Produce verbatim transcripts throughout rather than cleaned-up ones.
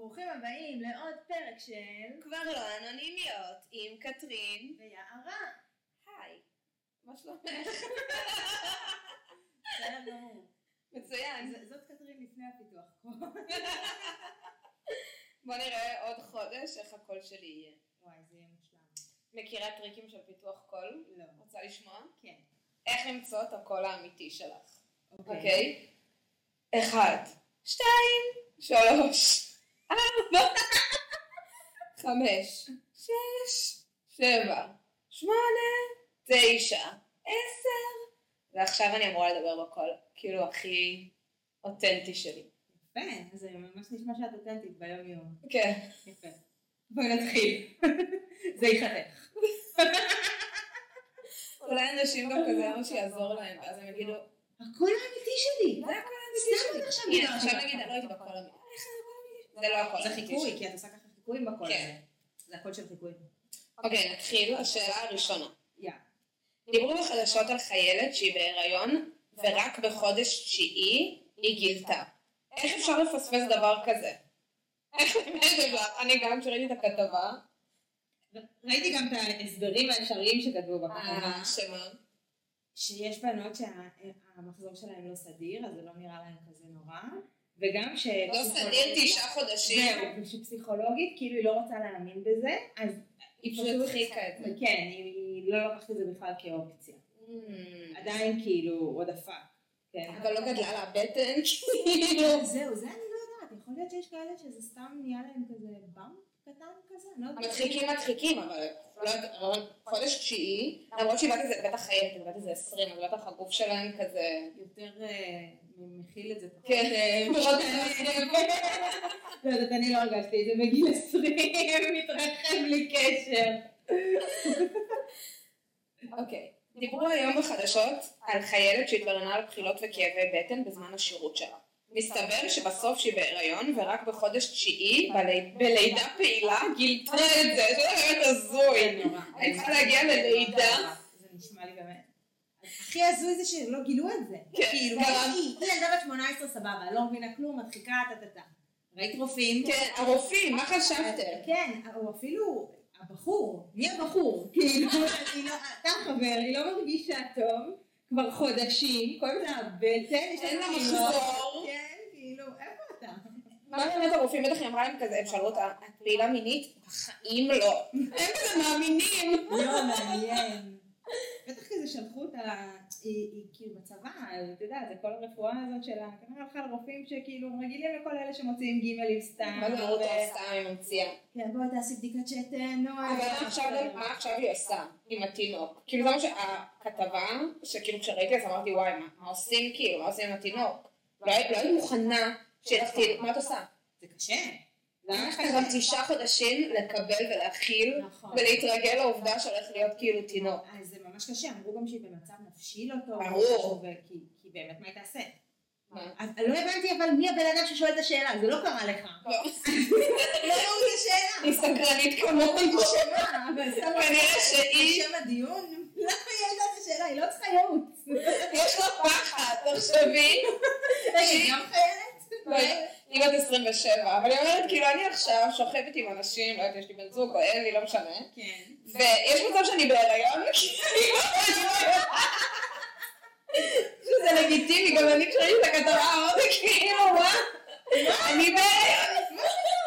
ברוכים הבאים לעוד פרק של כבר לא אנונימיות עם קטרין ויערה. היי, מה שלומך? בסדר גמור. מצוין. זאת קטרין לפני הפיתוח. בוא נראה עוד חודש איך הקול שלי יהיה. וואי, זה יהיה מושלם. מכירה טריקים של פיתוח קול? לא. רוצה לשמוע? כן. איך למצוא את הקול האמיתי שלך. אוקיי. אוקיי? אחד, שתיים, שלוש, ארבע, חמש, שש, שבע, שמונה, תשע, עשר, ועכשיו אני אמורה לדבר בקול, כאילו הכי אותנטי שלי. יפה, זה ממש נשמע שאת אותנטית ביום יום. כן. יפה. בואי נתחיל. זה יחתך. אולי אנשים גם כזה מה שיעזור להם, ואז הם יגידו, הקול האמיתי שלי. זה הקול האמיתי סתם שלי. את עכשיו עכשיו נגיד, אני לא הייתי בקול האמיתי. זה לא הקול זה האמיתי חיקוי, שלי. כי את עושה ככה חיקויים בקול כן. הזה. זה הקול של חיקוי. אוקיי, נתחיל. השאלה הראשונה. יא. דיברו בחדשות על חיילת שהיא בהיריון, ורק בחודש תשיעי היא גילתה. איך אפשר לפספס דבר כזה? איך אפשר? אני גם כשראיתי את הכתבה. ראיתי גם את ההסברים האפשריים שכתבו בכתבה. אה, שמה? שיש בנות שהמחזור שלהם לא סדיר, אז זה לא נראה להם כזה נורא. וגם ש... לא סדיר תשעה חודשים. זהו, ושפסיכולוגית, כאילו היא לא רוצה להאמין בזה, אז היא פשוט הדחיקה את זה. כן, היא לא לוקחת את זה בכלל כאופציה. עדיין כאילו עוד הפאק. אבל לא גדלה לה בטן, כאילו. זהו, זה אני לא יודעת. יכול להיות שיש כאלה שזה סתם נהיה להם כזה באמפ קטן כזה? מדחיקים מדחיקים, אבל חודש תשיעי, למרות שהיא בת איזה, בטח חיילת, היא בת איזה עשרים, אז בטח הגוף שלהם כזה... יותר מכיל את זה. כן, מאוד עשרים. לא יודעת, אני לא הרגשתי את זה בגיל עשרים, מתרחב בלי קשר. אוקיי, דיברו היום בחדשות על חיילת שהתלוננה על בחילות וכאבי בטן בזמן השירות שלה. מסתבר שבסוף שהיא בהיריון ורק בחודש תשיעי בלידה פעילה גילתה את זה, זה באמת הזוי. אני צריכה להגיע ללידה. זה נשמע לי באמת. הכי הזוי זה שלא גילו את זה. כאילו, היא ילדה בת שמונה עשרה סבבה, לא מבינה כלום, מדחיקה, טטטה. ראית רופאים? כן, הרופאים, מה חשבתם? כן, או אפילו הבחור, מי הבחור? כאילו, אתה חבר, היא לא מרגישה טוב, כבר חודשים, כל זה הבטן, אין לה מחזור. כן, כאילו, איפה אתה? מה באמת הרופאים בטח היא אמרה להם כזה, הם שאלו אותה, את פעילה מינית? בחיים לא. הם כזה מאמינים. לא, מעניין. בטח כזה שלחו אותה, היא כאילו בצבא, אתה יודע, זה כל הרפואה הזאת שלה, כנראה הלכה לרופאים שכאילו רגילים לכל אלה שמוציאים גימלים סתם. מה זה אמרו אותה סתם, היא ממציאה. כן, בואי תעשי בדיקת שתן, נו. אבל מה עכשיו היא עושה עם התינוק? כאילו זה מה שהכתבה, שכאילו כשראיתי אז אמרתי וואי, מה עושים כאילו, מה עושים עם התינוק? לא היית מוכנה שתחתיל, מה את עושה? זה קשה. יש לך גם תשעה חודשים לקבל ולהכיל ולהתרגל לעובדה שהולך להיות כאילו תינוק. אז זה ממש קשה, אמרו גם שהיא במצב נפשי לא טוב. ברור. כי באמת מה היא תעשה? לא הבנתי אבל מי הבן אדם ששואל את השאלה, זה לא קרה לך. לא. לא ראו את השאלה. היא סקרנית כמוני. שמה, אבל סתם כנראה שהיא... שם הדיון, למה היא יודעת את השאלה? היא לא צריכה ייעוץ. יש לה פחד, תחשבי. רגע, גם חיילת? היא בת עשרים ושבע, אבל היא אומרת, כאילו, אני עכשיו שוכבת עם אנשים, לא יודעת, יש לי בן זוג או אין לי, לא משנה. כן. ויש מצב שאני בהיריון, שזה לגיטימי, גם אני כשראיתי את הכתבה, אמרתי, כאילו, מה? אני בהיריון.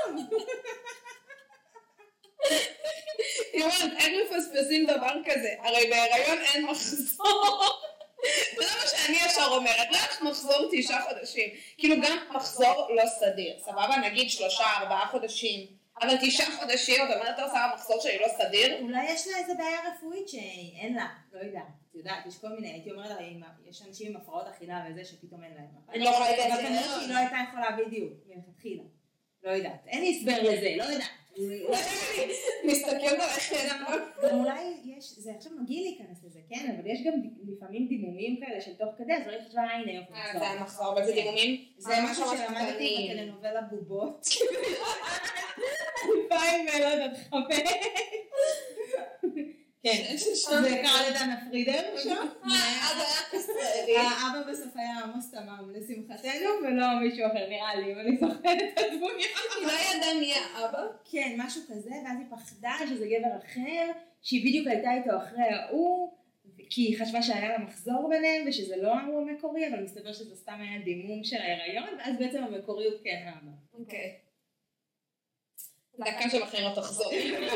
היא אומרת, איך מפספסים דבר כזה? הרי בהיריון אין מחזור. זה מה שאני ישר אומרת, לא יש מחזור תשעה חודשים, כאילו גם מחזור לא סדיר, סבבה, נגיד שלושה, ארבעה חודשים, אבל תשעה חודשים, אתה אומרת, אתה עושה המחזור שלי לא סדיר? אולי יש לה איזה בעיה רפואית שאין לה, לא יודעת, את יודעת, יש כל מיני, הייתי אומרת, יש אנשים עם הפרעות אכילה וזה שפתאום אין להם. אני לא יכולה לדעת. אבל כנראה שהיא לא הייתה יכולה בדיוק, מלכתחילה. לא יודעת, אין לי הסבר לזה, לא יודעת. מסתכל עליך. גם אולי יש, זה עכשיו מגיע להיכנס לזה, כן, אבל יש גם לפעמים דימומים כאלה של תוך כדי, אז לא חשבה, הנה יופי. זה המחזור, אבל זה דימומים? זה משהו שלמדתי בטלנובלה בובות. אלפיים ולא יודעת חמש. כן, זה קרא לדנה פרידר שם. אבא היה ישראלי. האבא בסוף היה עמוס תמם לשמחתנו, ולא מישהו אחר נראה לי, אם אני זוכרת את הדמויה. היא לא ידעה מי האבא? כן, משהו כזה, ואז היא פחדה שזה גבר אחר, שהיא בדיוק הייתה איתו אחרי ההוא, כי היא חשבה שהיה לה מחזור ביניהם, ושזה לא ההוא המקורי, אבל מסתבר שזה סתם היה דימום של ההיריון, ואז בעצם המקורי הוא כן האבא. אוקיי. דקה שבחיים לא תחזור.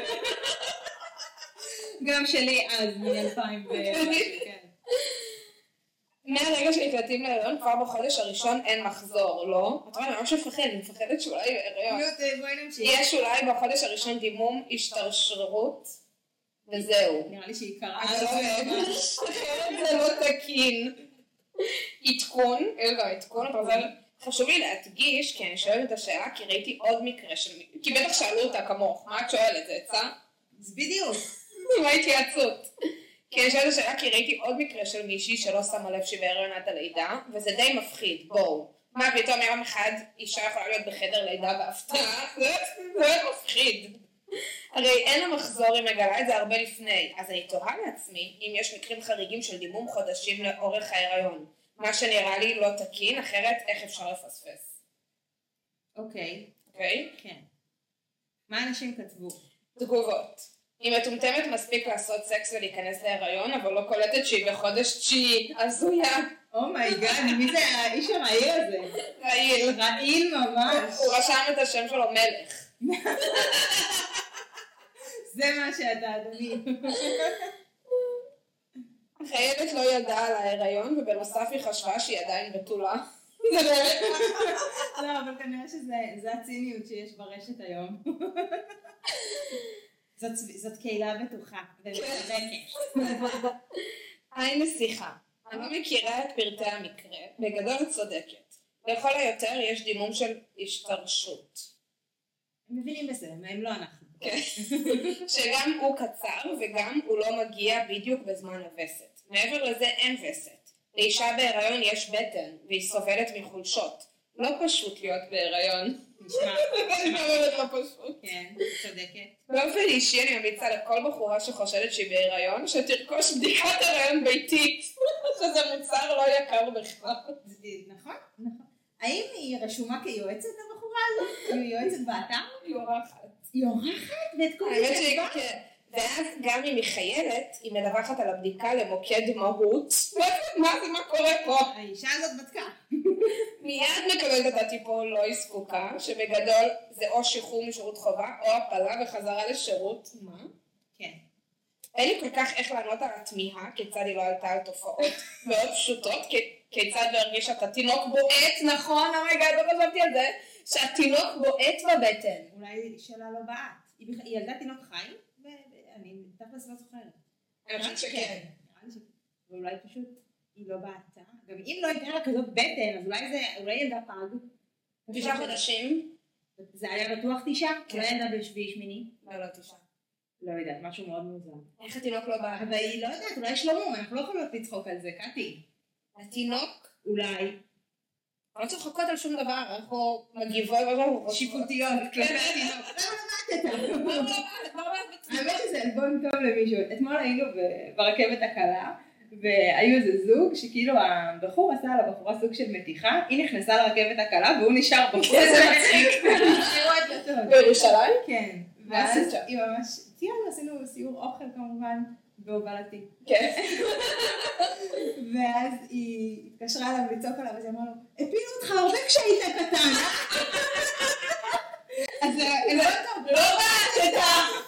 גם שלי אז, מ-אלפיים ומשהו, כן. מהרגע שנקלטים להיריון, כבר בחודש הראשון אין מחזור, לא? את רואה, אני ממש מפחד, אני מפחדת שאולי הריון. בואי נמשיך. יש אולי בחודש הראשון דימום, השתרשרות, וזהו. נראה לי שהיא קרה. אז אחרת זה לא תקין. עדכון, אלגה עדכון, אבל חשוב לי להדגיש, כי אני שואלת את השאלה, כי ראיתי עוד מקרה של... כי בטח שאלו אותה כמוך, מה את שואלת? זה עצה? אז בדיוק. מה התייעצות? כי אני שואלת השאלה, כי ראיתי עוד מקרה של מישהי שלא שמה לב שהיא בהיריון עד הלידה, וזה די מפחיד, בואו. מה פתאום יום אחד אישה יכולה להיות בחדר לידה בהפתעה? זה מפחיד. הרי אין המחזור היא מגלה את זה הרבה לפני, אז אני תוהה לעצמי אם יש מקרים חריגים של דימום חודשים לאורך ההיריון. מה שנראה לי לא תקין, אחרת איך אפשר לפספס? אוקיי. אוקיי? כן. מה אנשים כתבו? תגובות. היא מטומטמת מספיק לעשות סקס ולהיכנס להיריון, אבל לא קולטת שהיא בחודש תשיעי. הזויה. אומייגאד, מי זה האיש הרעיל הזה? רעיל. רעיל ממש. הוא רשם את השם שלו מלך. זה מה שאתה, אדוני. החיילת לא ידעה על ההיריון, ובנוסף היא חשבה שהיא עדיין בתולה. זה באמת. לא, אבל כנראה שזה הציניות שיש ברשת היום. זאת קהילה בטוחה. היי נסיכה. אני לא מכירה את פרטי המקרה, בגדול את צודקת. לכל היותר יש דימום של השתרשות. הם מבינים בזה, הם לא אנחנו. שגם הוא קצר וגם הוא לא מגיע בדיוק בזמן הווסת. מעבר לזה אין וסת. לאישה בהיריון יש בטן והיא סובלת מחולשות. לא פשוט להיות בהיריון. נשמע. נשמע באמת לא פשוט. כן, צודקת. באופן אישי אני ממליצה לכל בחורה שחושדת שהיא בהיריון שתרכוש בדיקת הריון ביתית. שזה מוצר לא יקר בכלל. נכון, נכון. האם היא רשומה כיועצת הבחורה הזאת? היא יועצת באתר? היא אורחת. היא אורחת? ואת כל האמת שהיא כן. ואז גם אם היא חיילת, היא מדווחת על הבדיקה למוקד מהות. מה זה, מה קורה פה? האישה הזאת בדקה. מיד מקבלת את הטיפול לא היא זקוקה, שבגדול זה או שחרור משירות חובה, או הפלה וחזרה לשירות. מה? כן. אין לי כל כך איך לענות על התמיהה, כיצד היא לא עלתה על תופעות מאוד פשוטות, כיצד להרגיש שאתה תינוק בועט, נכון? אומייגאד, לא חשבתי על זה, שהתינוק בועט בבטן. אולי שאלה לא בעט. היא ילדה תינוק חי? אני תכלס לא זוכרת. אני חושבת שכן. ואולי פשוט היא לא בעטה. גם אם לא הייתה לה כזאת בטן, אז אולי זה, אולי ילדה פג. תשעה חודשים. זה היה בטוח תשעה? אולי ילדה בשביעי שמיני? לא, לא תשעה. לא יודעת, משהו מאוד מוזר. איך התינוק לא בעט? אבל היא לא יודעת, אולי יש לו מום, אנחנו לא יכולים לצחוק על זה, קטי. התינוק? אולי. לא צריך לחכות על שום דבר, אנחנו מגיבות שיפוטיות כלפי התינוק. לא בעט? האמת שזה אלבום טוב למישהו. אתמול היינו ברכבת הקלה, והיו איזה זוג שכאילו הבחור עשה על הבחורה סוג של מתיחה, היא נכנסה לרכבת הקלה והוא נשאר בחור. איזה מצחיק. בירושלים? כן. ואז היא ממש, ציינו, עשינו סיור אוכל כמובן, בהובלתי. כן. ואז היא התקשרה אליו לצעוק עליו, אז היא אמרה לו, הפילו אותך הרבה כשהיית קטן. אז זה לא טוב. לא בעטת.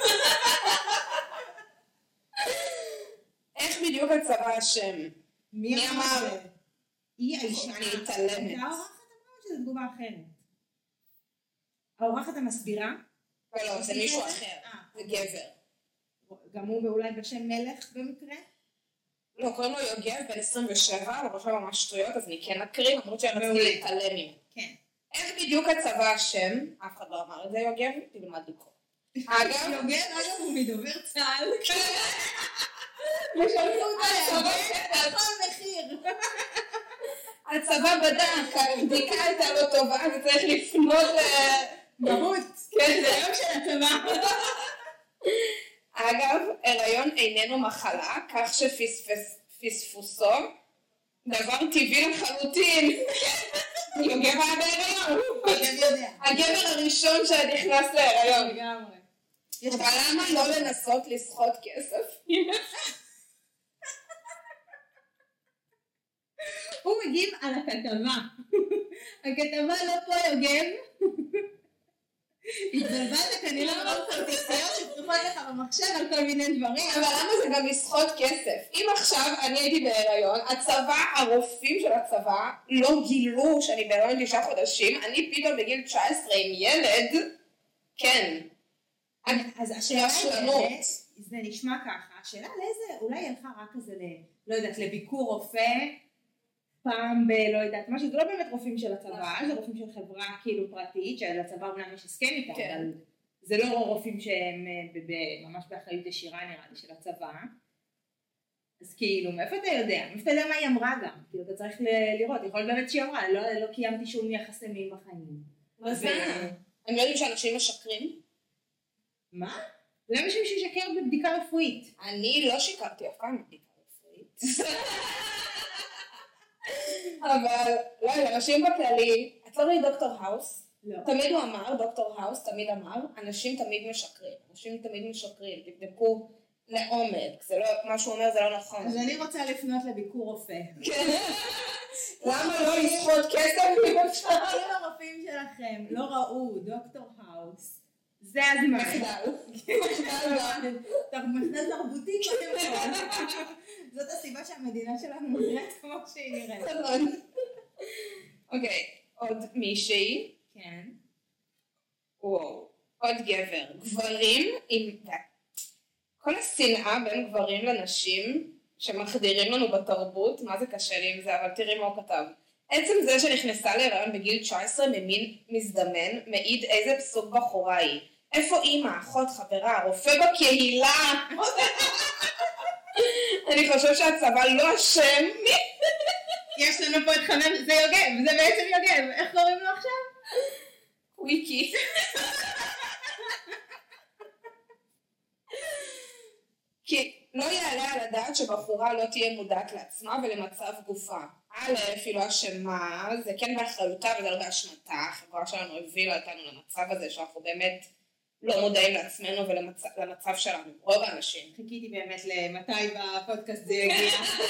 איך בדיוק הצבא השם? מי אמר? היא האישה. אני מתעלמת. האורחת אמרה שזו תגובה אחרת. האורחת המסבירה? לא, זה מישהו אחר. זה גבר. גם הוא ואולי בשם מלך במקרה? לא, קוראים לו יוגב בן עשרים ושבע, אבל עכשיו ממש שטויות, אז אני כן אקריא, למרות שאני רציתי להתעלם ממנו. כן. איך בדיוק הצבא השם? אף אחד לא אמר את זה יוגב, תלמד לקרוא. אגב, יוגב, אגב, הוא מדובר צה"ל. ושלחו אותה על כל מחיר. הצבא בדק, הבדיקה הייתה לא טובה, וצריך לפנות מהות. כן, זה היום של הצבא. אגב, הריון איננו מחלה, כך שפספוסו דבר טבעי לחלוטין. יוגב היה בהיריון. הגבר הראשון שנכנס להיריון. לגמרי. אבל למה לא לנסות לסחוט כסף? הוא מגיב על הכתבה. הכתבה לא פה יוגב. התבלבלת כנראה מרוב כרטיסיות שפתוחות לך במחשב על כל מיני דברים. אבל למה זה גם לסחוט כסף? אם עכשיו אני הייתי בהיריון, הצבא, הרופאים של הצבא לא גילו שאני בהיריון תשעה חודשים, אני פתאום בגיל תשע עשרה עם ילד, כן. אז השאלה היא, זה נשמע ככה, השאלה לאיזה, אולי היא הלכה רק כזה, לא יודעת, לביקור רופא, פעם ב... לא יודעת, משהו, זה לא באמת רופאים של הצבא, זה רופאים של חברה כאילו פרטית, שלצבא אומנם יש הסכם איתה, אבל זה לא רופאים שהם ממש באחריות ישירה נראה לי של הצבא. אז כאילו, מאיפה אתה יודע? מאיפה אתה יודע מה היא אמרה גם? כאילו, אתה צריך לראות, יכול להיות באמת שהיא אמרה, לא קיימתי שום יחסי מין בחיים. מה זה? הם לא יודעים שאנשים משקרים? מה? למה שמישהו ישקר בבדיקה רפואית? אני לא שיקרתי אף פעם בבדיקה רפואית. אבל, לא יודע, אנשים בכללי, את לא ראית דוקטור האוס? לא. תמיד הוא אמר, דוקטור האוס תמיד אמר, אנשים תמיד משקרים. אנשים תמיד משקרים, תבדקו לעומק. זה לא, מה שהוא אומר זה לא נכון. אז אני רוצה לפנות לביקור רופא. כן. למה לא לסחוט כסף? אם הרופאים שלכם לא ראו דוקטור האוס, זה הזמן. מחדל. מחדל תרבותי קודם כל. זאת הסיבה שהמדינה שלנו נראית כמו שהיא נראית. אוקיי, עוד מישהי. כן. וואו, עוד גבר. גברים עם... כל השנאה בין גברים לנשים שמחדירים לנו בתרבות, מה זה קשה לי עם זה, אבל תראי מה הוא כתב. עצם זה שנכנסה להיריון בגיל תשע עשרה ממין מזדמן, מעיד איזה פסוק בחורה היא. איפה אמא, אחות, חברה, רופא בקהילה? אני חושב שהצבא לא אשם. יש לנו פה את חנן, זה יוגב, זה בעצם יוגב. איך קוראים לו עכשיו? וויקי. כי לא יעלה על הדעת שבחורה לא תהיה מודעת לעצמה ולמצב גופה. א', היא לא אשמה, זה כן באחריותה וזה לא באשמתה. החברה שלנו הביאה אותנו למצב הזה שאנחנו באמת לא מודעים לעצמנו ולמצב שלנו. רוב האנשים. חיכיתי באמת למתי בפודקאסט זה יגיע.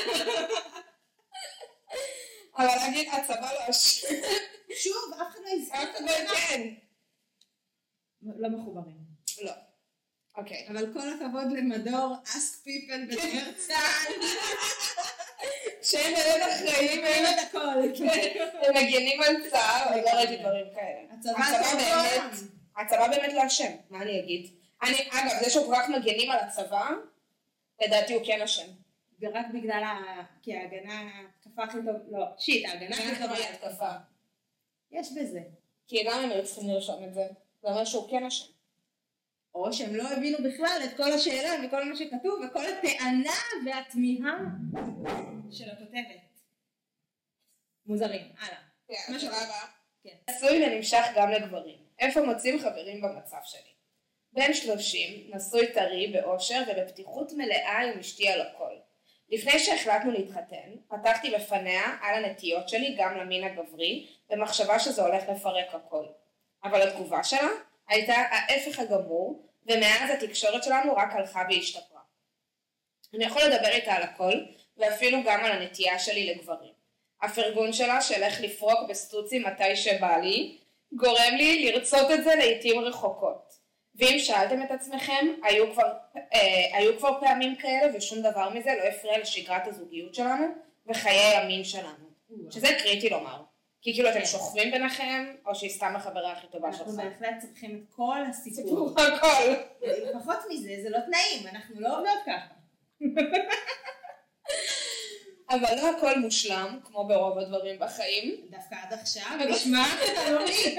אבל להגיד, הצבא לא אשם. שוב, אף אחד לא יזכר. כן. לא מחוברים. לא. אוקיי. אבל כל הכבוד למדור Ask People בדבר צה"ל. שהם באמת אחראים. הם את הכל. הם מגנים על צה"ל, לא ראיתי דברים כאלה. הצבא באמת. הצבא באמת לא אשם, מה אני אגיד? אני, אגב, זה שהוא כל כך מגנים על הצבא, לדעתי הוא כן אשם. ורק בגלל ה... כי ההגנה, התקפה הכי טוב, לא, שיט, ההגנה הכי טוב היא התקפה. יש בזה. כי למה הם היו צריכים לרשום את זה? זה אומר שהוא כן אשם. או שהם לא הבינו בכלל את כל השאלה וכל מה שכתוב וכל הטענה והתמיהה של הכותבת. מוזרים, הלאה. מה שבא הבא. נשוי ונמשך גם לגברים. איפה מוצאים חברים במצב שלי? בן שלושים, נשוי טרי, באושר ובפתיחות מלאה עם אשתי על הכל. לפני שהחלטנו להתחתן, פתחתי בפניה על הנטיות שלי גם למין הגברי, במחשבה שזה הולך לפרק הכל. אבל התגובה שלה הייתה ההפך הגמור, ומאז התקשורת שלנו רק הלכה והשתפרה. אני יכול לדבר איתה על הכל, ואפילו גם על הנטייה שלי לגברים. הפרגון שלה שהלך לפרוק בסטוצי מתי שבא לי, גורם לי לרצות את זה לעתים רחוקות. ואם שאלתם את עצמכם, היו כבר, אה, היו כבר פעמים כאלה ושום דבר מזה לא הפריע לשגרת הזוגיות שלנו וחיי המין שלנו. שזה קריטי לומר. כי כאילו אתם שוכבים ביניכם, או שהיא סתם החברה הכי טובה שלך. אנחנו בהחלט צריכים את כל הסיפור. הכל. פחות מזה, זה לא תנאים, אנחנו לא עובדות ככה. אבל לא הכל מושלם, כמו ברוב הדברים בחיים. דווקא עד עכשיו, ונשמע, אלוהים.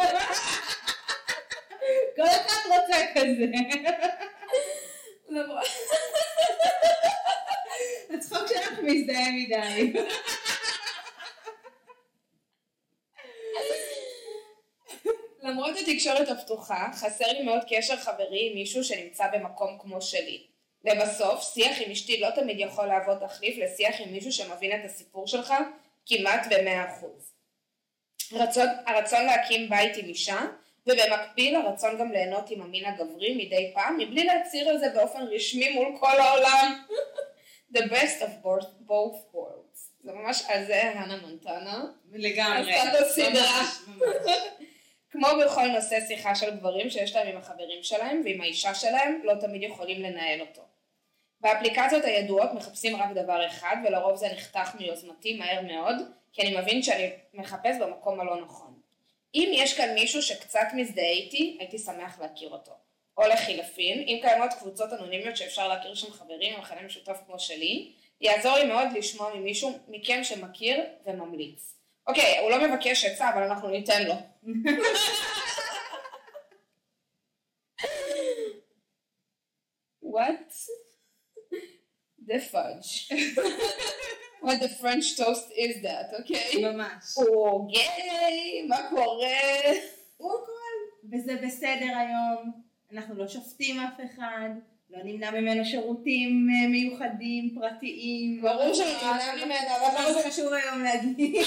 כל אחד רוצה כזה. הצחוק שלך מזדהה מדי. למרות התקשורת הפתוחה, חסר לי מאוד קשר חברי עם מישהו שנמצא במקום כמו שלי. לבסוף, שיח עם אשתי לא תמיד יכול להוות תחליף לשיח עם מישהו שמבין את הסיפור שלך כמעט ב-מאה אחוז. הרצון, הרצון להקים בית עם אישה, ובמקביל הרצון גם ליהנות עם המין הגברי מדי פעם, מבלי להצהיר על זה באופן רשמי מול כל העולם. The best of both, both worlds. זה ממש על זה הנה מונטנה. לגמרי. עשתה את הסדרה. כמו בכל נושא שיחה של גברים שיש להם עם החברים שלהם ועם האישה שלהם, לא תמיד יכולים לנהל אותו. באפליקציות הידועות מחפשים רק דבר אחד, ולרוב זה נחתך מיוזמתי מהר מאוד, כי אני מבין שאני מחפש במקום הלא נכון. אם יש כאן מישהו שקצת מזדהה איתי, הייתי שמח להכיר אותו. או לחילופין, אם קיימות קבוצות אנונימיות שאפשר להכיר שם חברים עם מכנה משותף כמו שלי, יעזור לי מאוד לשמוע ממישהו מכם שמכיר וממליץ. אוקיי, הוא לא מבקש עצה, אבל אנחנו ניתן לו. What? The fudge. What the French toast is that, אוקיי? ממש. הוא גיי, מה קורה? הוא הכל. וזה בסדר היום, אנחנו לא שופטים אף אחד, לא נמנע ממנו שירותים מיוחדים, פרטיים. ברור שנמנע ממנו, אבל זה חשוב היום להגיד.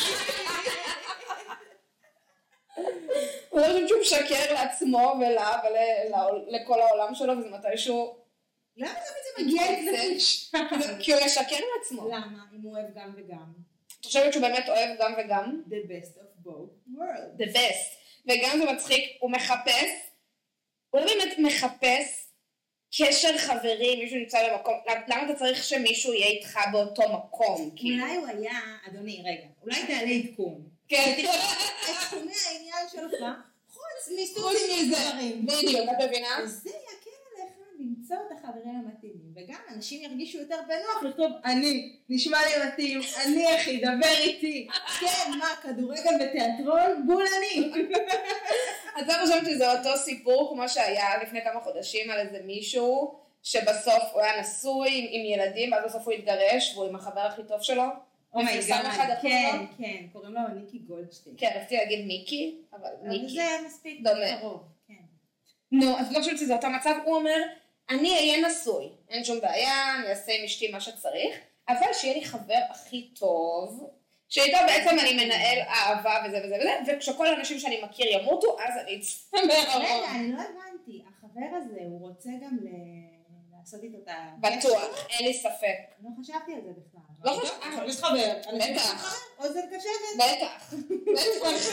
הוא חושב שהוא משקר לעצמו ולה ולכל העולם שלו, וזה מתישהו... למה זה מגיע אצלך? כי הוא משקר לעצמו. למה? אם הוא אוהב גם וגם. את חושבת שהוא באמת אוהב גם וגם? The best of both worlds. The best. וגם זה מצחיק, הוא מחפש, הוא לא באמת מחפש קשר חברי, מישהו נמצא במקום, למה אתה צריך שמישהו יהיה איתך באותו מקום? אולי הוא היה, אדוני, רגע, אולי תעלה עדכון. כן. את תחומי העניין שלך, חוץ מסוץ מזרים. בדיוק, את מבינה? וזה יקל עליך למצוא את החברים המתאימים, וגם אנשים ירגישו יותר בנוח לכתוב, אני, נשמע לי מתאים, אני אחי, דבר איתי. כן, מה, כדורגל ותיאטרון? בול אני. אז אני חושבת שזה אותו סיפור כמו שהיה לפני כמה חודשים על איזה מישהו שבסוף הוא היה נשוי עם ילדים ואז בסוף הוא התגרש והוא עם החבר הכי טוב שלו. אומייגאד, כן, כן, קוראים לו ניקי גולדשטיין. כן, רציתי להגיד מיקי, אבל ניקי. זה מספיק קרוב, כן. נו, אז לא חושבת שזה אותו מצב, הוא אומר, אני אהיה נשוי, אין שום בעיה, אני אעשה עם אשתי מה שצריך, אבל שיהיה לי חבר הכי טוב, שאיתו בעצם אני מנהל אהבה וזה וזה וזה, וכשכל האנשים שאני מכיר ימותו, אז אני אצא מהארון. רגע, אני לא הבנתי, החבר הזה, הוא רוצה גם לעשות איתו את ה... בטוח, אין לי ספק. לא חשבתי על זה בכלל. לא חשבתי. יש חבר. בטח. אוזן קשבת. בטח. בטח.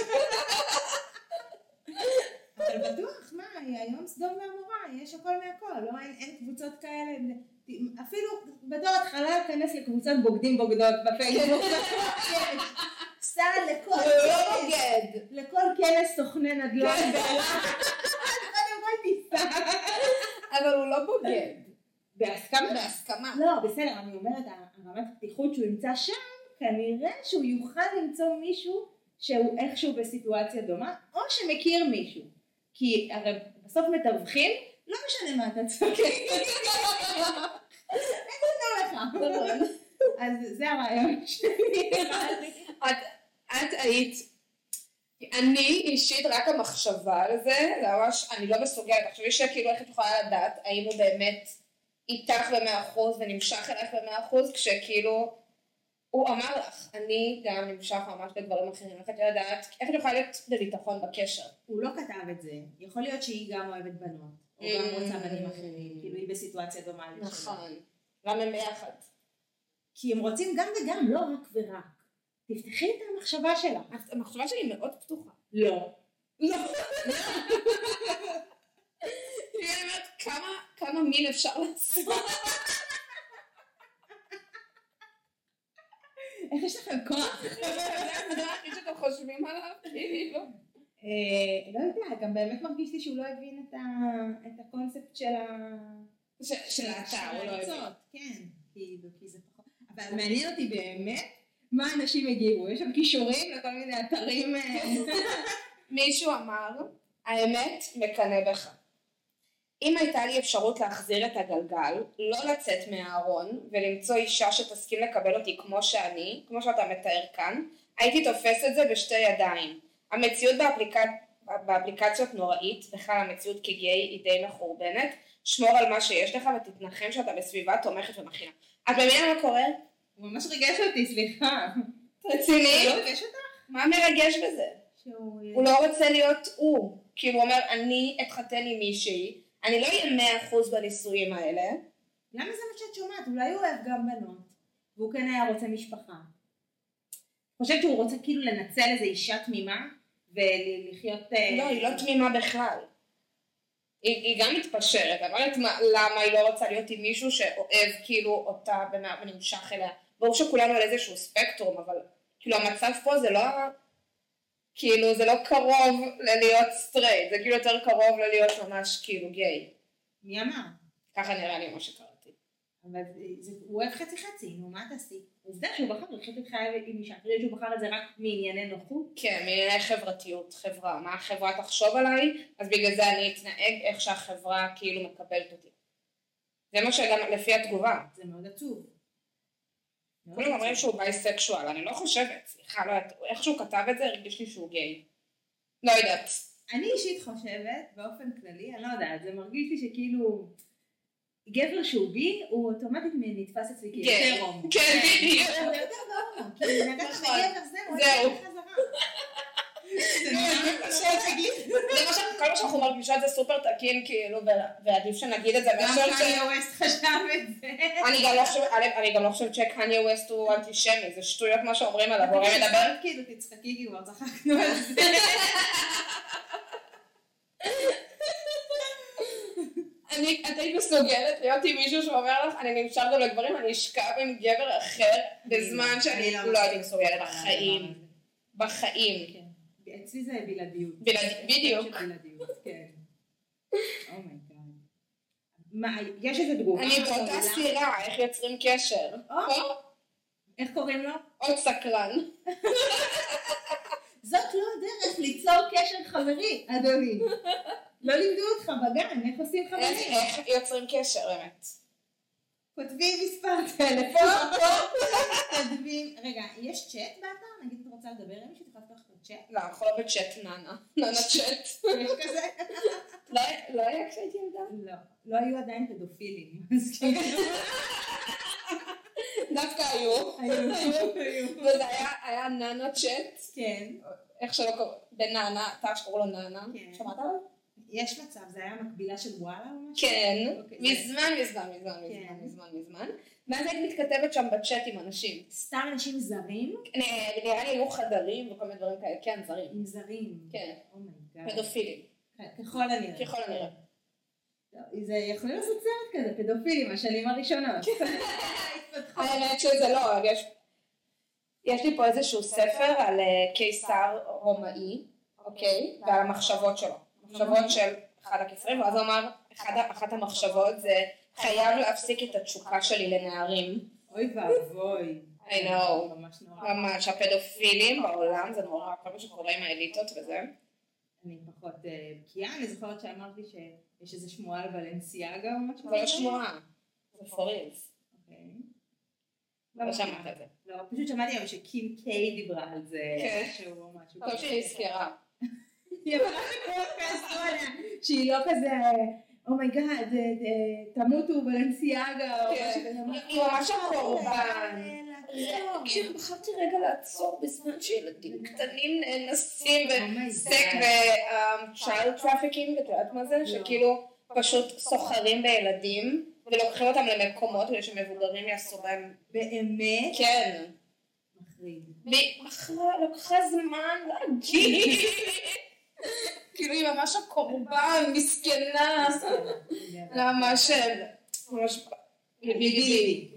אבל בטוח, מה, היום סדום ועמורה, יש הכל מהכל, לא, אין קבוצות כאלה, אפילו בתור התחלה להיכנס לקבוצת בוגדים בוגדות בפייסבוק, סע לכל כנס, לכל כנס סוכני נדל"ן בעולם, קודם כל תיסע. אבל הוא לא בוגד. בהסכמה? בהסכמה. לא, בסדר, אני אומרת, הרמת הפתיחות שהוא ימצא שם, כנראה שהוא יוכל למצוא מישהו שהוא איכשהו בסיטואציה דומה, או שמכיר מישהו. כי הרי בסוף מתווכים, לא משנה מה אתה צודק. איך זה לך? אז זה הרעיון שלי. את היית, אני אישית רק המחשבה על זה, זה ממש, אני לא מסוגלת, עכשיו יש שכאילו איך את יכולה לדעת, האם הוא באמת איתך במאה אחוז ונמשך אלייך במאה אחוז, כשכאילו הוא אמר לך, אני גם נמשך ממש בדברים אחרים, איך את יודעת, איך את יכולה להיות בביטחון בקשר? הוא לא כתב את זה, יכול להיות שהיא גם אוהבת בנות, או גם רוצה בנים אחרים, כאילו היא בסיטואציה דומה לשלה. נכון, למה הם ביחד? כי הם רוצים גם וגם, לא רק ורק. תפתחי את המחשבה שלה. המחשבה שלי מאוד פתוחה. לא. לא. אני אומרת, כמה מין אפשר לעשות? איך יש לכם כוח? זה הכי שאתם חושבים עליו? לא. לא יודע, גם באמת מרגיש לי שהוא לא הבין את הקונספט של ה... של האתר, הוא לא הבין. כן, כי זה פחות. אבל מעניין אותי באמת מה אנשים הגיבו. יש שם קישורים לכל מיני אתרים. מישהו אמר, האמת מקנא בך. אם הייתה לי אפשרות להחזיר את הגלגל, לא לצאת מהארון ולמצוא אישה שתסכים לקבל אותי כמו שאני, כמו שאתה מתאר כאן, הייתי תופס את זה בשתי ידיים. המציאות באפליקצ... באפליקציות נוראית, בכלל המציאות כגיי היא די מחורבנת, שמור על מה שיש לך ותתנחם שאתה בסביבה תומכת ומכינה. את מבינה מה קורה? הוא ממש ריגש אותי, סליחה. רציני? הוא לא ריגש אותך? מה מרגש בזה? הוא לא רוצה להיות הוא. כאילו הוא אומר, אני אתחתן עם מישהי, אני לא אהיה מאה אחוז בנישואים האלה. למה זה מה שאת שומעת? אולי הוא אוהב גם בנות, והוא כן היה רוצה משפחה. חושבת שהוא רוצה כאילו לנצל איזו אישה תמימה, ולחיות... לא, היא לא תמימה בכלל. היא, היא גם מתפשרת, אני לא יודעת למה היא לא רוצה להיות עם מישהו שאוהב כאילו אותה ונמשך אליה. ברור שכולנו על איזשהו ספקטרום, אבל כאילו המצב פה זה לא... כאילו זה לא קרוב ללהיות סטרייט, זה כאילו יותר קרוב ללהיות ממש כאילו גיי. מי אמר? ככה נראה לי מה שקראתי. אבל זה, הוא אוהב חצי חצי, נו מה תעשי? עובדה שהוא בחר לחיות את חייו עם אישה, תראי שהוא בחר את זה רק מענייני נוחות. כן, מענייני חברתיות, חברה, מה החברה תחשוב עליי, אז בגלל זה אני אתנהג איך שהחברה כאילו מקבלת אותי. זה מה שגם לפי התגובה. זה מאוד עצוב. כולם אומרים שהוא בייסקשואל, אני לא חושבת, סליחה, לא יודעת, איך שהוא כתב את זה הרגיש לי שהוא גיי. לא יודעת. אני אישית חושבת, באופן כללי, אני לא יודעת, זה מרגיש לי שכאילו, גבר שהוא בי, הוא אוטומטית נתפס אצלי כיותר הומו. כן, בדיוק. זה יותר גאומו, כי נגד מגבר זהו, זהו. חזרה. זה מה שכל מה שאנחנו מרגישות זה סופר תקין כאילו, ועדיף שנגיד את זה. גם קניה ווסט חשב את זה. אני גם לא חושבת שקניה ווסט הוא אנטישמי, זה שטויות מה שאומרים עליו, הורים מדבר. כאילו תצחקי כבר, צחקנו על זה. את היית מסוגלת להיות עם מישהו שאומר לך, אני נמשך גם לגברים, אני אשכב עם גבר אחר בזמן שאני לא הייתי מסוגלת בחיים. בחיים. אצלי זה בלעדיות. בדיוק. בלעדיות, כן. אומייגאד. מה, יש איזה תגובה? אני באותה סירה, איך יוצרים קשר? איך קוראים לו? עוד סקרן. זאת לא הדרך ליצור קשר חברי, אדוני. לא לימדו אותך בגן, איך עושים חברים? איך יוצרים קשר, באמת? כותבים מספר טלפון. כותבים, רגע, יש צ'אט באתר? נגיד את רוצה לדבר עם מישהו, תוכל לפתוח את הצ'אט? לא, אנחנו לא בצ'אט נאנה. נאנה צ'אט. יש כזה? לא היה כשהייתי ילדה? לא, לא היו עדיין פדופילים. דווקא היו. היו, היו. וזה היה נאנה צ'אט. כן. איך שלא קוראים, בנאנה, אתר שקוראו לו נאנה. שמעת עליו? יש מצב, זה היה מקבילה של וואלה או משהו? כן, מזמן, מזמן, מזמן, מזמן, מזמן, מזמן. ואז היית מתכתבת שם בצ'אט עם אנשים. סתם אנשים זרים? נראה לי היו חדרים וכל מיני דברים כאלה, כן, זרים. עם זרים? כן. אומייגאד. פדופילים. ככל הנראה. ככל הנראה. זה יכול להיות סרט כזה, פדופילים, השנים הראשונות. האמת שזה לא, יש לי פה איזשהו ספר על קיסר רומאי, אוקיי, ועל המחשבות שלו. מחשבות של אחד הקיסרים, ואז הוא אמר, אחת המחשבות זה חייב להפסיק את התשוקה שלי לנערים. אוי ואבוי. I know. ממש נורא. ממש, הפדופילים בעולם זה נורא, כל מה שקורה עם האליטות וזה. אני פחות בקיאה, אני זוכרת שאמרתי שיש איזה שמועה על ולנסיאגה או משהו. זה לא שמועה, זה פורילס. אוקיי. לא שמעת את זה. לא, פשוט שמעתי היום שקים קיי דיברה על זה. כן. שהוא משהו. טוב שהיא הזכירה. היא אמרה כעסו עליה, שהיא לא כזה, אומייגאד, תמותו בלנסיאגה, או משהו כזה. היא ממש הקורבן. כשבחרתי רגע לעצור בזמן שילדים קטנים נאנסים וסק וצ'יילד טראפיקינג, את יודעת מה זה? שכאילו פשוט סוחרים בילדים ולוקחים אותם למקומות כדי שמבוגרים יעשו בהם. באמת? כן. מחריד. והיא לקחה זמן להגיד. כאילו היא ממש הקורבן, מסכנה. ממש... ממש... ביבי.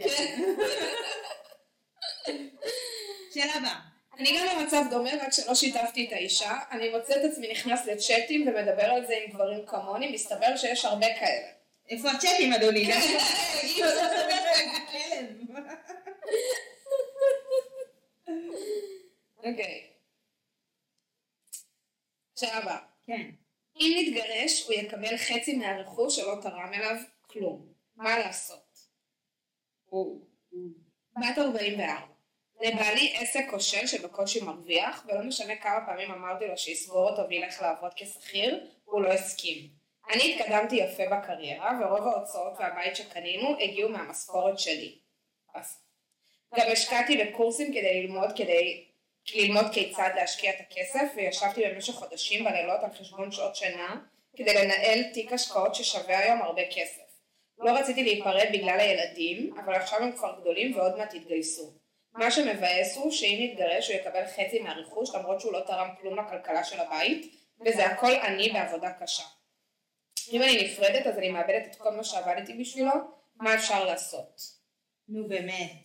שאלה הבאה. אני גם במצב דומה, רק שלא שיתפתי את האישה. אני מוצא את עצמי נכנס לצ'אטים ומדבר על זה עם גברים כמוני, מסתבר שיש הרבה כאלה. איפה הצ'אטים, אדוני? אוקיי. שאלה הבאה. כן. אם נתגרש, הוא יקבל חצי מהרכוש שלא תרם אליו כלום. מה לעשות? בת ארבעים וארבע. לבעלי עסק כושל שבקושי מרוויח, ולא משנה כמה פעמים אמרתי לו שיסגור אותו וילך לעבוד כשכיר, הוא לא הסכים. אני התקדמתי יפה בקריירה, ורוב ההוצאות והבית שקנינו הגיעו מהמשכורת שלי. גם השקעתי בקורסים כדי ללמוד, כדי ללמוד כיצד להשקיע את הכסף, וישבתי במשך חודשים בלילות על חשבון שעות שינה, כדי לנהל תיק השקעות ששווה היום הרבה כסף. לא רציתי להיפרד בגלל הילדים, אבל עכשיו הם כבר גדולים ועוד מעט התגייסו. מה שמבאס הוא שאם יתגרש הוא יקבל חצי מהרכוש, למרות שהוא לא תרם כלום לכלכלה של הבית, וזה הכל אני בעבודה קשה. אם אני נפרדת אז אני מאבדת את כל מה שעבדתי בשבילו, מה אפשר לעשות? נו באמת.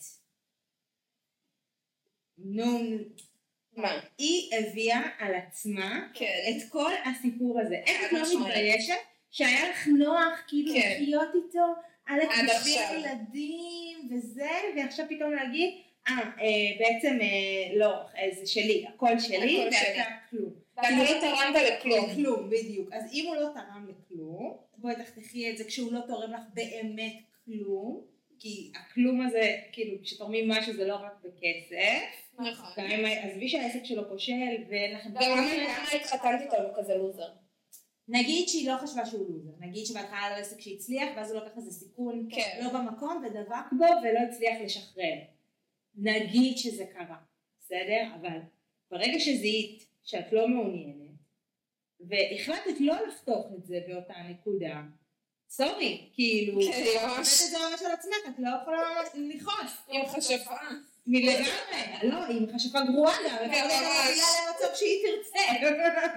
נו, מה? היא הביאה על עצמה כן. את כל הסיפור הזה. איך את חד לא משמעית. מתביישת שהיה לך נוח כאילו כן. לחיות איתו על עד הכבישים עכשיו. ילדים וזה, ועכשיו פתאום להגיד, אה, אה, בעצם אה, לא, אה, זה שלי, הכל שלי, הכל שלי. ואתה כלום. ואתה לא תרמת לכלום. כלום, בדיוק. אז אם הוא לא תרם לכלום, בואי תחתכי את זה כשהוא לא תורם לך באמת כלום, כי הכלום הזה, כאילו, כשתורמים משהו זה לא רק בכסף. נכון. גם אם, עזבי שהעסק שלו כושל ואין לכם... גם למה התחתנת איתו לא כזה לוזר? נגיד שהיא לא חשבה שהוא לוזר, נגיד שבהתחלה היה לו עסק שהצליח, ואז הוא לקח איזה סיכון כן. לא במקום ודבק בו ולא הצליח לשחרר. נגיד שזה קרה, בסדר? אבל ברגע שזיהית שאת לא מעוניינת, והחלטת לא לחתוך את זה באותה נקודה, סורי, כאילו, כן, ממש. את זה ממש על עצמך, את לא יכולה לכעוס. עם חשפה. מלגמרי, לא, עם חשפה גרועה גם, כן, ואתה לא ממש. תגיע למצב שהיא תרצה.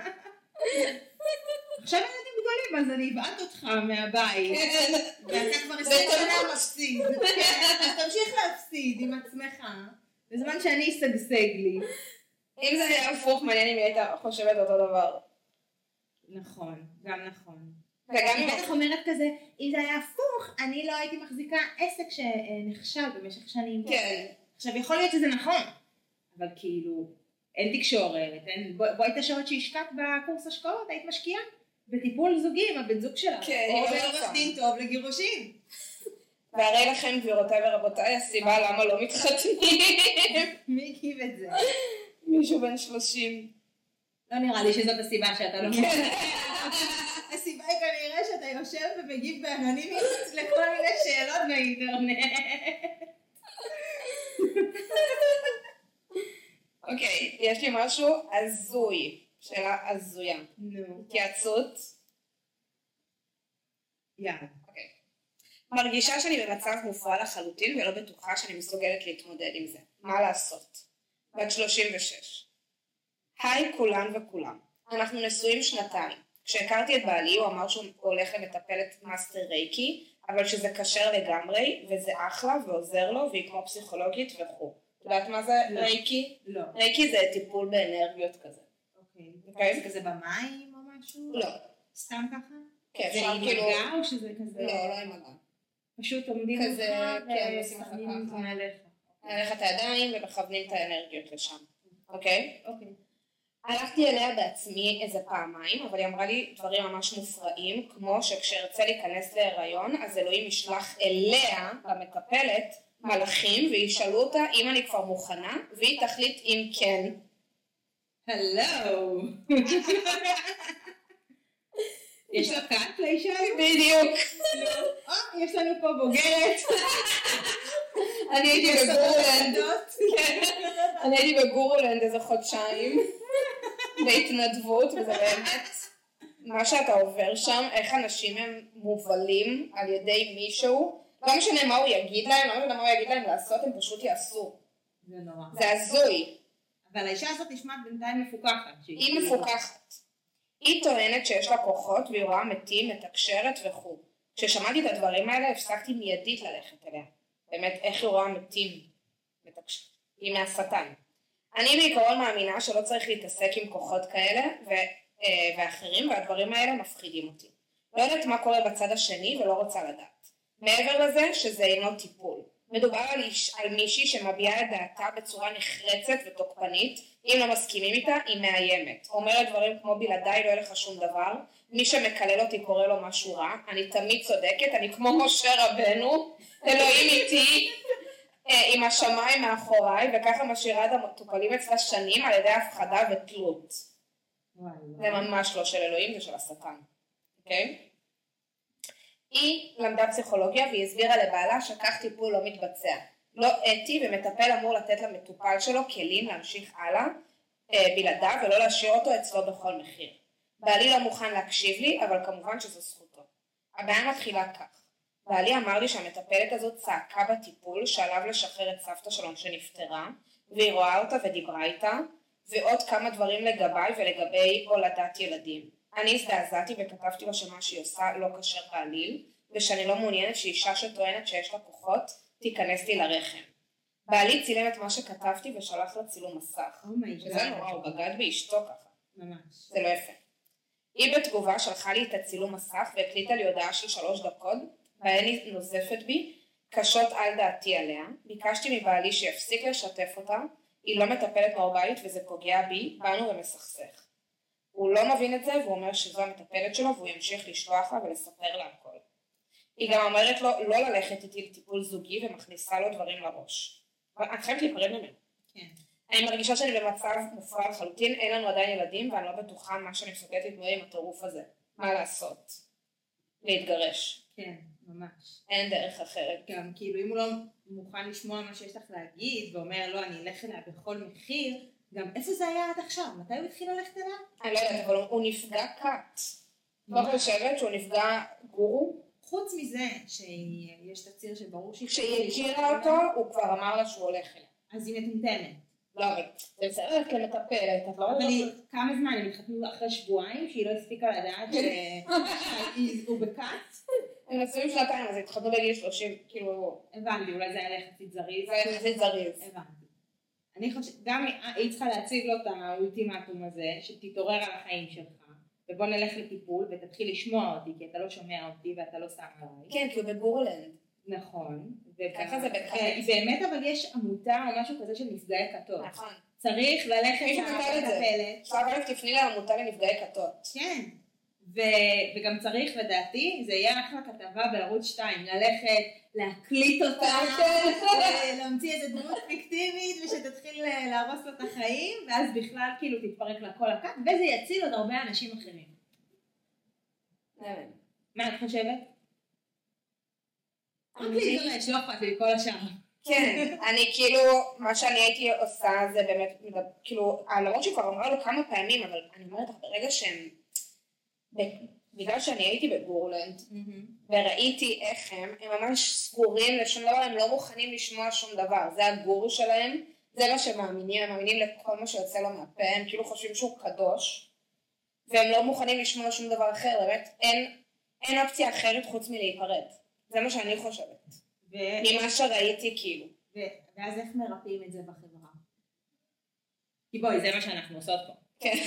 עכשיו ילדים גדולים, אז אני אבעט אותך מהבית, ואתה כבר עשרים שנה מפסיד. אז תמשיך להפסיד עם עצמך, בזמן שאני אשגשג לי. אם זה היה הפוך, מעניין אם היית חושבת אותו דבר. נכון, גם נכון. וגם אני אם... בטח אומרת כזה, אם זה היה הפוך, אני לא הייתי מחזיקה עסק שנכשל במשך שנים. כן. עכשיו יכול להיות שזה נכון, אבל כאילו, אין תקשורת, אין, בוא, בואי תשארת שהשקעת בקורס השקעות, היית משקיעה בטיפול זוגי עם הבן זוג שלה. כן, או היא לא בעורך רוצה. דין טוב לגירושים. והרי לכם גבירותיי ורבותיי, הסיבה למה לא מתחתנים. מי הגיב את זה? מישהו בן שלושים. לא נראה לי שזאת הסיבה שאתה לא... כן. הסיבה היא כנראה שאתה יושב ומגיב באנונימיות לכל מיני שאלות באינטרנט. אוקיי, יש לי משהו הזוי. שאלה הזויה. נו, התייעצות. יאללה. אוקיי. מרגישה שאני במצב מופרע לחלוטין ולא בטוחה שאני מסוגלת להתמודד עם זה. מה לעשות? בת שלושים ושש. היי כולן וכולם. אנחנו נשואים שנתיים. כשהכרתי את בעלי הוא אמר שהוא הולך למטפלת מאסטר רייקי, אבל שזה קשר לגמרי וזה אחלה ועוזר לו והיא כמו פסיכולוגית וכו'. את יודעת מה זה לא. רייקי? לא. רייקי זה טיפול באנרגיות כזה. אוקיי. אוקיי. זה כזה במים או משהו? לא. סתם ככה? כן, זה אפשר עם כאילו... מגע או שזה כזה? לא, לא עם מגע. פשוט עומדים כזה, לך כן, עושים לך ושמים ככה. מעליך. עליך את הידיים ומכוונים את האנרגיות לשם. אוקיי? אוקיי. הלכתי אליה בעצמי איזה פעמיים, אבל היא אמרה לי דברים ממש מופרעים, כמו שכשארצה להיכנס להיריון, אז אלוהים ישלח אליה, למטפלת, מלאכים, וישאלו אותה אם אני כבר מוכנה, והיא תחליט אם כן. הלו. יש לה קאט לאישה? בדיוק. אה, יש לנו פה בוגרת. אני הייתי בגורלנד. ילדות. כן. אני הייתי בגורלנד איזה חודשיים, בהתנדבות, וזה באמת מה שאתה עובר שם, איך אנשים הם מובלים על ידי מישהו, לא משנה מה הוא יגיד להם, לא משנה מה הוא יגיד להם לעשות, הם פשוט יעשו. זה נורא. זה הזוי. אבל האישה הזאת נשמעת בינתיים מפוקחת. היא מפוקחת. היא טוענת שיש לה כוחות והיא רואה מתים, מתקשרת וכו'. כששמעתי את הדברים האלה הפסקתי מיידית ללכת אליה. באמת איך היא רואה מתים, מתקשרת. היא מהשטן. אני בעיקרון מאמינה שלא צריך להתעסק עם כוחות כאלה ו, אה, ואחרים, והדברים האלה מפחידים אותי. לא יודעת מה קורה בצד השני ולא רוצה לדעת. מעבר לזה שזה אינו טיפול. מדובר על, איש, על מישהי שמביעה את דעתה בצורה נחרצת ותוקפנית, אם לא מסכימים איתה, היא מאיימת. אומרת דברים כמו בלעדיי לא יהיה לך שום דבר, מי שמקלל אותי קורא לו משהו רע, אני תמיד צודקת, אני כמו משה רבנו, אלוהים איתי, עם השמיים מאחוריי, וככה משאירה את המטופלים אצלה שנים על ידי הפחדה ותלות. זה ממש לא של אלוהים, זה של השטן. אוקיי? היא למדה פסיכולוגיה והיא הסבירה לבעלה שכך טיפול לא מתבצע. לא אתי, ומטפל אמור לתת למטופל שלו כלים להמשיך הלאה בלעדיו ולא להשאיר אותו אצלו בכל מחיר. בעלי לא מוכן להקשיב לי, אבל כמובן שזו זכותו. הבעיה מתחילה כך. בעלי אמר לי שהמטפלת הזאת צעקה בטיפול שעליו לשחרר את סבתא שלו שנפטרה, והיא רואה אותה ודיברה איתה, ועוד כמה דברים לגביי ולגבי הולדת ילדים. אני הזדעזעתי וכתבתי לו שמה שהיא עושה לא כשר בעליל, ושאני לא מעוניינת שאישה שטוענת שיש לה כוחות תיכנס לי לרחם. בעלי צילם את מה שכתבתי ושלח לה צילום מסך. שזה נורא, הוא בגד באשתו ככה. ממש. זה לא יפה. היא בתגובה שלחה לי את הצילום מסך והקליטה לי הודעה של שלוש דקות, בהן היא נוזפת בי, קשות על דעתי עליה. ביקשתי מבעלי שיפסיק לשתף אותה, היא לא מטפלת מהבית וזה פוגע בי, באנו ומסכסך. הוא לא מבין את זה והוא אומר שזו המטפלת שלו והוא ימשיך לשלוח לה ולספר לה הכל. היא גם אומרת לו לא ללכת איתי לטיפול זוגי ומכניסה לו דברים לראש. אני חייבת להיפרד ממנו. כן. אני מרגישה שאני במצב מופרע לחלוטין, אין לנו עדיין ילדים ואני לא בטוחה מה שאני מסוגלת להתמודד עם הטירוף הזה. מה לעשות? להתגרש. כן, ממש. אין דרך אחרת. גם כאילו אם הוא לא מוכן לשמוע מה שיש לך להגיד ואומר לא אני אלך אליה בכל מחיר, גם איפה זה היה עד עכשיו? מתי הוא התחיל ללכת אליה? אני לא יודעת, אבל הוא נפגע קאט. לא חושבת שהוא נפגע גורו? חוץ מזה שיש תציר שברור שהיא... כשהיא הכירה אותו, הוא כבר אמר לה שהוא הולך אליה. אז היא מטומטמת. לא, אבל זה בסדר כמטפלת, את לא... אבל כמה זמן, הם התחתנו אחרי שבועיים, שהיא לא הספיקה לדעת שהוא בקאט? הם נשואים שנתיים, אז התחתנו בגיל שלושים, כאילו... הבנתי, אולי זה היה יחסית זריז. זה היה יחסית זריז. הבנתי. אני חושבת, גם היא צריכה להציב לו את האולטימטום הזה, שתתעורר על החיים שלך, ובוא נלך לטיפול ותתחיל לשמוע אותי, כי אתה לא שומע אותי ואתה לא שם עליי. כן, כי הוא בגורלנד. נכון. ככה זה בקאט. באמת, אבל יש עמותה או משהו כזה של נפגעי כתות. נכון. צריך ללכת למטפלת. עכשיו תפני לעמותה לנפגעי כתות. כן. וגם צריך, לדעתי, זה יהיה אחלה כתבה בערוץ שתיים, ללכת, להקליט אותה, להמציא איזה דמות פיקטיבית, ושתתחיל להרוס לו את החיים, ואז בכלל כאילו תתפרק לה כל הכת, וזה יציל עוד הרבה אנשים אחרים. מה את חושבת? רק להתגרש, לא אכפת לי כל השאר. כן, אני כאילו, מה שאני הייתי עושה זה באמת, כאילו, למרות שכבר אמרה לו כמה פעמים, אבל אני אומרת לך, ברגע שהם, בגלל שאני הייתי בגורלנד, וראיתי איך הם, הם ממש סגורים לשום דבר, הם לא מוכנים לשמוע שום דבר, זה הגור שלהם, זה מה שמאמינים, הם מאמינים לכל מה שיוצא לו מהפה, הם כאילו חושבים שהוא קדוש, והם לא מוכנים לשמוע שום דבר אחר, באמת אין, אין אופציה אחרת חוץ מלהיפרד, זה מה שאני חושבת, ממה שראיתי כאילו. ואז איך מרפאים את זה בחברה? כי בואי, זה מה שאנחנו עושות פה. כן.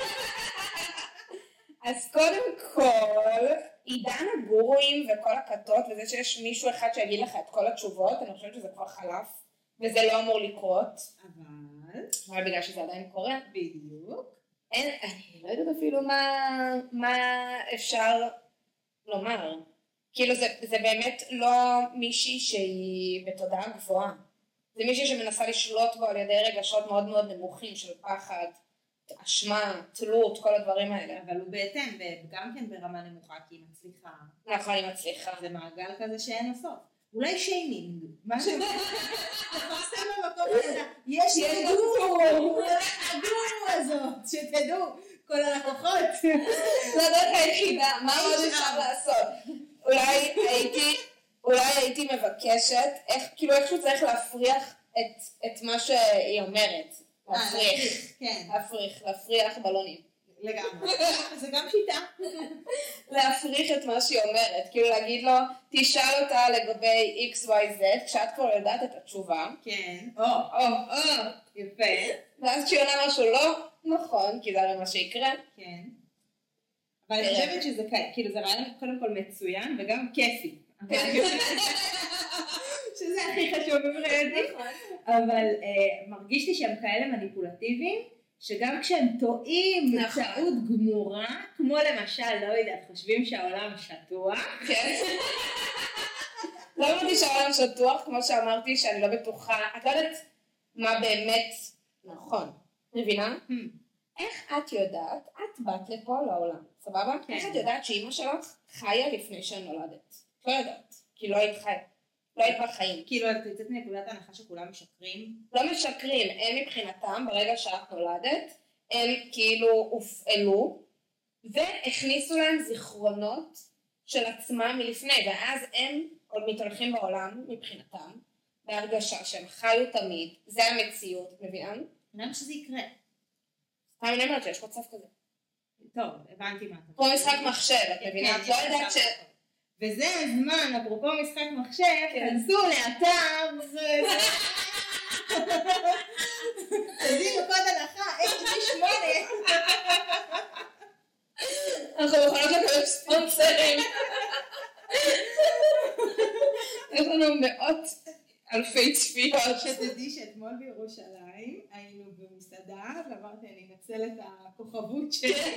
אז קודם כל, עידן הגורואים וכל הכתות, וזה שיש מישהו אחד שיגיד לך את כל התשובות, אני חושבת שזה כבר חלף, וזה לא אמור לקרות. אבל... אבל בגלל שזה עדיין קורה. בדיוק. אין, אני לא יודעת אפילו מה, מה אפשר לומר. כאילו זה, זה באמת לא מישהי שהיא בתודעה גבוהה. זה מישהי שמנסה לשלוט בו על ידי רגשות מאוד מאוד נמוכים של פחד. אשמה, תלות, כל הדברים האלה. אבל הוא בהתאם, וגם כן ברמה נמוכה, כי היא מצליחה. נכון, היא מצליחה. זה מעגל כזה שאין לו סוף. אולי שיימינג. מה זה? תפרסם במקום הזה. יש גור! הגור הזאת, שתדעו, כל הלקוחות. זו הדרך היחידה, מה עוד אפשר לעשות? אולי הייתי, אולי הייתי מבקשת, כאילו איכשהו צריך להפריח את מה שהיא אומרת. להפריך, כן. להפריך, להפריח בלונים. לגמרי. זה גם שיטה. להפריך את מה שהיא אומרת, כאילו להגיד לו, תשאל אותה לגבי איקס וואי זד, כשאת כבר יודעת את התשובה. כן. או, או, או, יפה. ואז כשהיא עונה משהו לא נכון, כי זה הרי מה שיקרה. כן. אבל אני חושבת שזה כאילו זה רעיון קודם כל מצוין וגם כיפי. שזה הכי חשוב בבריאותי. אבל מרגיש לי שהם כאלה מניפולטיביים, שגם כשהם טועים טעות גמורה, כמו למשל, לא יודעת, חושבים שהעולם שטוח. לא אמרתי שהעולם שטוח, כמו שאמרתי שאני לא בטוחה, את לא יודעת מה באמת נכון, מבינה? איך את יודעת, את באת לפה לעולם, סבבה? איך את יודעת שאמא שלך חיה לפני שנולדת? לא יודעת, כי לא היית חיה, לא היית בחיים. כאילו, את יוצאת מנקודת ההנחה שכולם משקרים? לא משקרים, הם מבחינתם, ברגע שאת נולדת, הם כאילו הופעלו, והכניסו להם זיכרונות של עצמם מלפני, ואז הם עוד מתהלכים בעולם מבחינתם, בהרגשה שהם חיו תמיד, זה המציאות, מבינה? למה שזה יקרה? אני אומרת שיש מצב כזה. טוב, הבנתי מה אתה. כמו משחק מחשב, את מבינה? את לא יודעת ש... וזה הזמן, אפרופו משחק מחשב, כנסו לאתר ו... תזינו קוד הנחה, אייץ' די שמונה. אנחנו יכולות לקבל ספונסרים. יש לנו מאות אלפי צפיות. שתדעי שאתמול בירושלים היינו במסעדה, ואמרתי אני אנצל את הכוכבות שלי.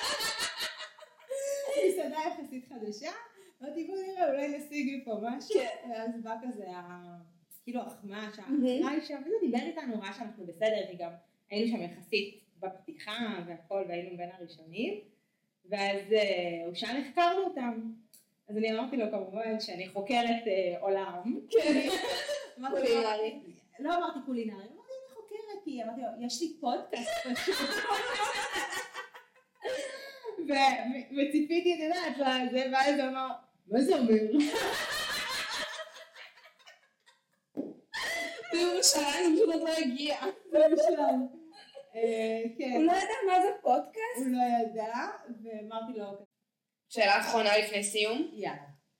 מסעדה יחסית חדשה, אמרתי בוא נראה אולי נשיג לי פה משהו, ואז בא כזה כאילו החמאה שהאחראי שם, וזה דיבר איתנו, ראה שאנחנו בסדר, כי גם היינו שם יחסית בפתיחה והכל, והיינו בין הראשונים, ואז הוא שאל איך הכרנו אותם. אז אני אמרתי לו כמובן שאני חוקרת עולם. קולינרי. לא אמרתי קולינרי, אמרתי אני חוקרת, כי אמרתי לו יש לי פודקאסט פשוט. וציפיתי את יודעת לזה, ואז הוא אמר, מה זה אומר? בירושלים, פשוט עוד לא הגיע. בירושלים. הוא לא ידע מה זה פודקאסט? הוא לא ידע, ואמרתי לו... שאלה אחרונה לפני סיום? יאללה.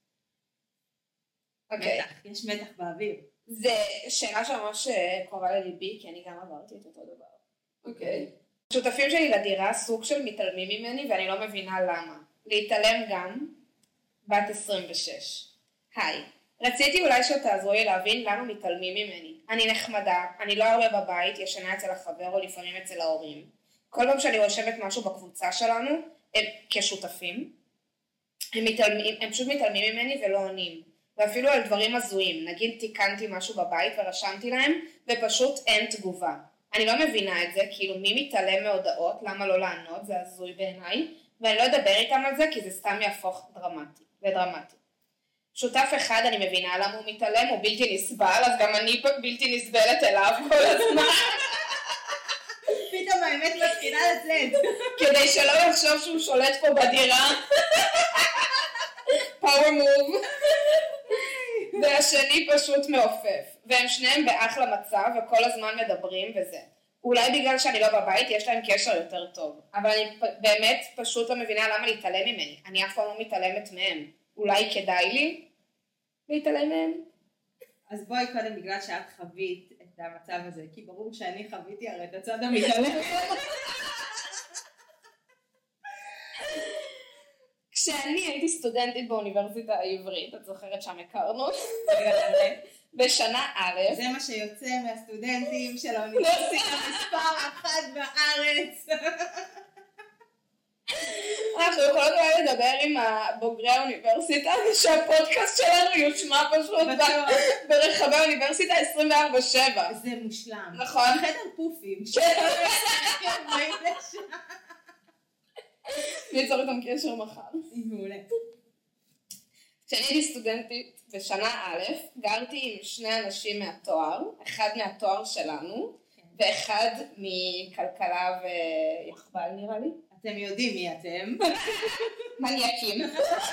אוקיי. יש מתח באוויר. זה שאלה שממש קרובה לליבי, כי אני גם עברתי את אותו דבר. אוקיי. השותפים שלי לדירה סוג של מתעלמים ממני, ואני לא מבינה למה. להתעלם גם, בת עשרים ושש. היי, רציתי אולי שתעזרו לי להבין למה מתעלמים ממני. אני נחמדה, אני לא הרבה בבית, ישנה אצל החבר או לפעמים אצל ההורים. כל פעם שאני רושמת משהו בקבוצה שלנו, הם כשותפים, הם, מתעלמים, הם פשוט מתעלמים ממני ולא עונים. ואפילו על דברים הזויים, נגיד תיקנתי משהו בבית ורשמתי להם, ופשוט אין תגובה. אני לא מבינה את זה, כאילו מי מתעלם מהודעות, למה לא לענות, זה הזוי בעיניי, ואני לא אדבר איתם על זה, כי זה סתם יהפוך דרמטי, ודרמטי. שותף אחד אני מבינה למה הוא מתעלם, הוא בלתי נסבל, אז גם אני בלתי נסבלת אליו כל הזמן. פתאום האמת מתחילה לצאת. כדי שלא יחשוב שהוא שולט פה בדירה. פאוור מוב. והשני פשוט מעופף. והם שניהם באחלה מצב וכל הזמן מדברים וזה. אולי בגלל שאני לא בבית יש להם קשר יותר טוב. אבל אני באמת פשוט לא מבינה למה להתעלם ממני. אני אף פעם לא מתעלמת מהם. אולי כדאי לי להתעלם מהם? אז בואי קודם בגלל שאת חווית את המצב הזה, כי ברור שאני חוויתי הרי את הצד המתעלם. כשאני הייתי סטודנטית באוניברסיטה העברית, את זוכרת שם הכרנו? בשנה א', זה מה שיוצא מהסטודנטים של האוניברסיטה מספר אחת בארץ. אנחנו יכולות אולי לדבר עם בוגרי האוניברסיטה, שהפודקאסט שלנו יושמע פשוט ברחבי האוניברסיטה עשרים וארבע שבע. זה מושלם. נכון. חדר פופים. ניצור איתם קשר מחר. מעולה. כשאני הייתי סטודנטית בשנה א', גרתי עם שני אנשים מהתואר, אחד מהתואר שלנו, ואחד מכלכלה ויחבל נראה לי. אתם יודעים מי אתם. מניאקים.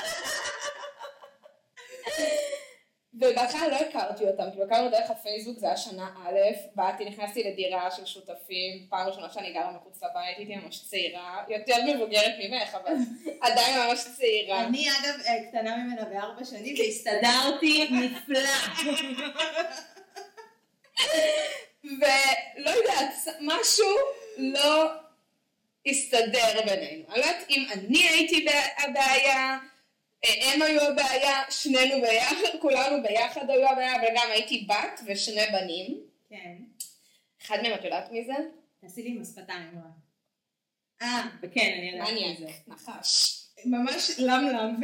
ובהתחלה לא הכרתי אותם, כאילו הכרנו דרך הפייסבוק, זה היה שנה א', באתי, נכנסתי לדירה של שותפים, פעם ראשונה שאני גרה מחוץ לבית, הייתי ממש צעירה, יותר מבוגרת ממך, אבל עדיין ממש צעירה. אני אגב קטנה ממנה בארבע שנים, והסתדרתי נפלא. ולא יודעת, משהו לא הסתדר בינינו. אני לא יודעת אם אני הייתי הבעיה, הם היו הבעיה, שנינו ביחד, כולנו ביחד היו הבעיה, אבל גם הייתי בת ושני בנים. כן. אחד מהם, את יודעת מי זה? תעשי לי עם השפתיים. אה, וכן, אני יודעת מי זה. מניאק, נחש. ממש למלם.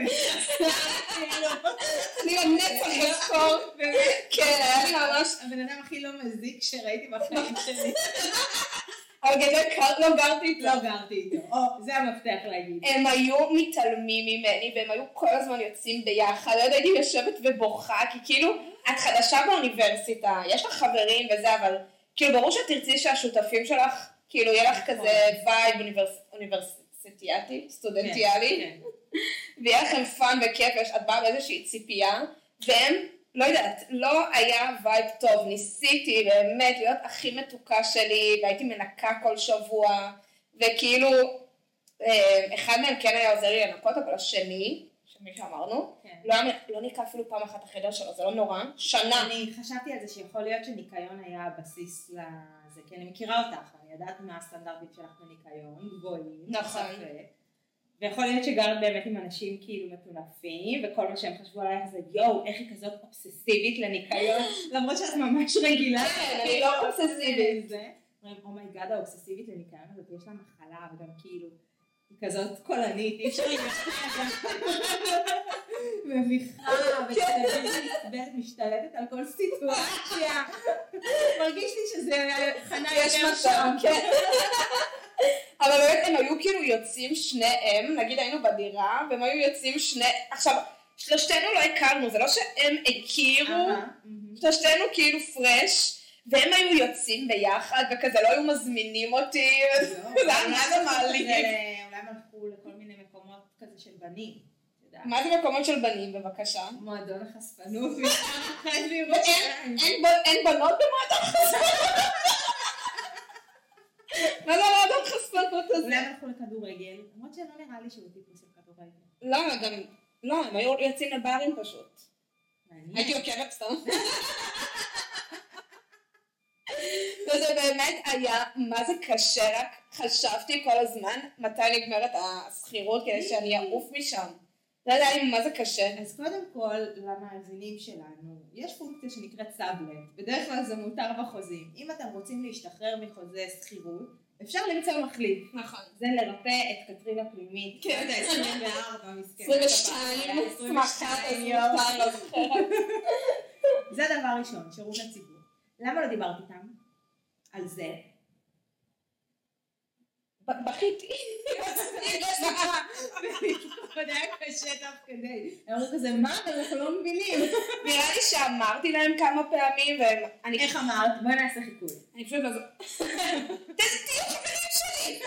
אני לנצח אזכור. כן, היה לי ממש... הבן אדם הכי לא מזיק שראיתי בחיים שלי. אבל לא גרתי איתו. לא גרתי איתו. זה המפתח להגיד. הם היו מתעלמים ממני, והם היו כל הזמן יוצאים ביחד. לא הייתי יושבת ובוכה, כי כאילו, את חדשה באוניברסיטה, יש לך חברים וזה, אבל כאילו ברור שתרצי שהשותפים שלך, כאילו יהיה לך כזה וייב אוניברסיטייתי, סטודנטיאלי, ויהיה לכם פאן וכיף, את באה באיזושהי ציפייה, והם, לא יודעת, לא היה וייב טוב, ניסיתי באמת להיות הכי מתוקה שלי, והייתי מנקה כל שבוע, וכאילו, אחד מהם כן היה עוזר לי לנקות, אבל השני, שמי שאמרנו, לא ניקה אפילו פעם אחת החדר שלו, זה לא נורא, שנה. אני חשבתי על זה שיכול להיות שניקיון היה הבסיס לזה, כי אני מכירה אותך, אני יודעת מה הסטנדרטים שלך בניקיון, גבוהים, נכון. ויכול להיות שגרת באמת עם אנשים כאילו מטונפים, וכל מה שהם חשבו עלייך זה יואו, איך היא כזאת אובססיבית לניקיון, למרות שאת ממש רגילה. כן, אני לא אובססיבית. אומרים, אומייגאד, האובססיבית לניקיון הזאת, יש לה מחלה, וגם כאילו, היא כזאת קולנית, אי אפשר להשתלט, מביכה, וצטלת, משתלטת על כל סיטואציה. מרגיש לי שזה חנה יותר שם. אבל באמת הם היו כאילו יוצאים שניהם, נגיד היינו בדירה, והם היו יוצאים שני... עכשיו, שלושתנו לא הכרנו, זה לא שהם הכירו, שלושתנו כאילו פרש, והם היו יוצאים ביחד, וכזה לא היו מזמינים אותי, זה היה מה זה מעליב. אולי הם הלכו לכל מיני מקומות כזה של בנים. מה זה מקומות של בנים, בבקשה? מועדון החשפנות. אין בנות במועדון חשפנות? מה זה מועדון חשפנות הזה? אולי הם הלכו לכדורגל, למרות שלא נראה לי שהוא טיפוס של כדורגל. לא, גם, לא, הם היו יוצאים לברים פשוט. הייתי עוקבת סתם. וזה באמת היה, מה זה קשה, רק חשבתי כל הזמן מתי נגמרת הסחירות כדי שאני אעוף משם. לא יודע לי מה זה קשה. אז קודם כל, למאזינים שלנו, יש פונקציה שנקראת סאבלט. בדרך כלל זה מותר בחוזים. אם אתם רוצים להשתחרר מחוזה סחירות, אפשר למצוא מחליף. נכון. זה לרפא את קטרינה פנימית. כן. עשרים וארבע, מסכנת. עשרים ושתיים. עשרים ושתיים יום. זה דבר ראשון, שירות הציבור. למה לא דיברת איתם? על זה. בכיתי. זה היה קשה תוך כדי. הם אמרו כזה, מה? אנחנו לא מבינים. נראה לי שאמרתי להם כמה פעמים, והם... איך אמרת? בואי נעשה חיקוי. אני פשוט לא... תהיו חברים שלי!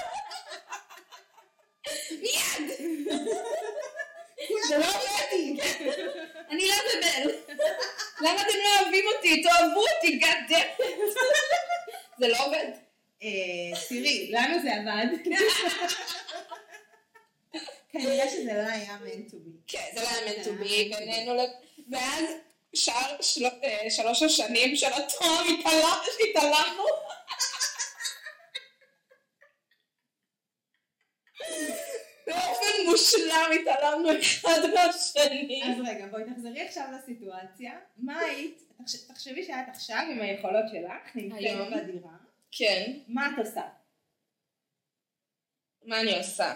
מיד! זה לא עובד. אני לא בבל. למה אתם לא אוהבים אותי? תאהבו אותי, God damn. זה לא עובד. תראי, לנו זה עבד. כנראה שזה לא היה meant to be. כן, זה לא היה meant to be, בינינו, ואז שאר שלוש השנים של התואר התעלמנו. באופן מושלם התעלמנו אחד מהשני. אז רגע, בואי תחזרי עכשיו לסיטואציה. מה היית, תחשבי שאת עכשיו עם היכולות שלך, נמצאת בדירה. כן. מה את עושה? מה אני עושה?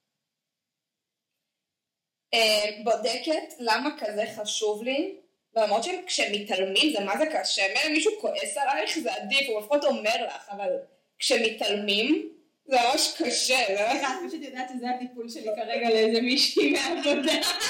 בודקת למה כזה חשוב לי, ולמרות שכשמתעלמים זה מה זה קשה, אם מישהו כועס עלייך זה עדיף, הוא לפחות אומר לך, אבל כשמתעלמים זה ממש קשה. סליחה, את פשוט יודעת שזה הטיפול שלי כרגע לאיזה מישהי מהעבודה.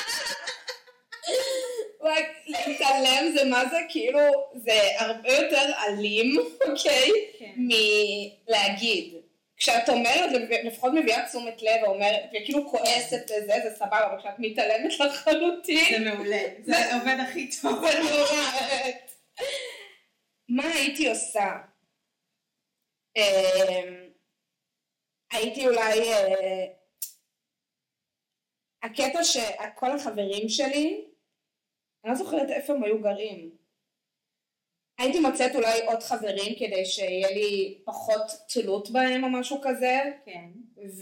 להתעלם זה מה זה, כאילו, זה הרבה יותר אלים, אוקיי? מלהגיד. כשאת אומרת, לפחות מביאה תשומת לב ואומרת, וכאילו כועסת לזה, זה סבבה, אבל כשאת מתעלמת לחלוטין. זה מעולה, זה עובד הכי טוב. זה נוראת. מה הייתי עושה? הייתי אולי... הקטע שכל החברים שלי, אני לא זוכרת איפה הם היו גרים. הייתי מוצאת אולי עוד חברים כדי שיהיה לי פחות תלות בהם או משהו כזה. כן. ו...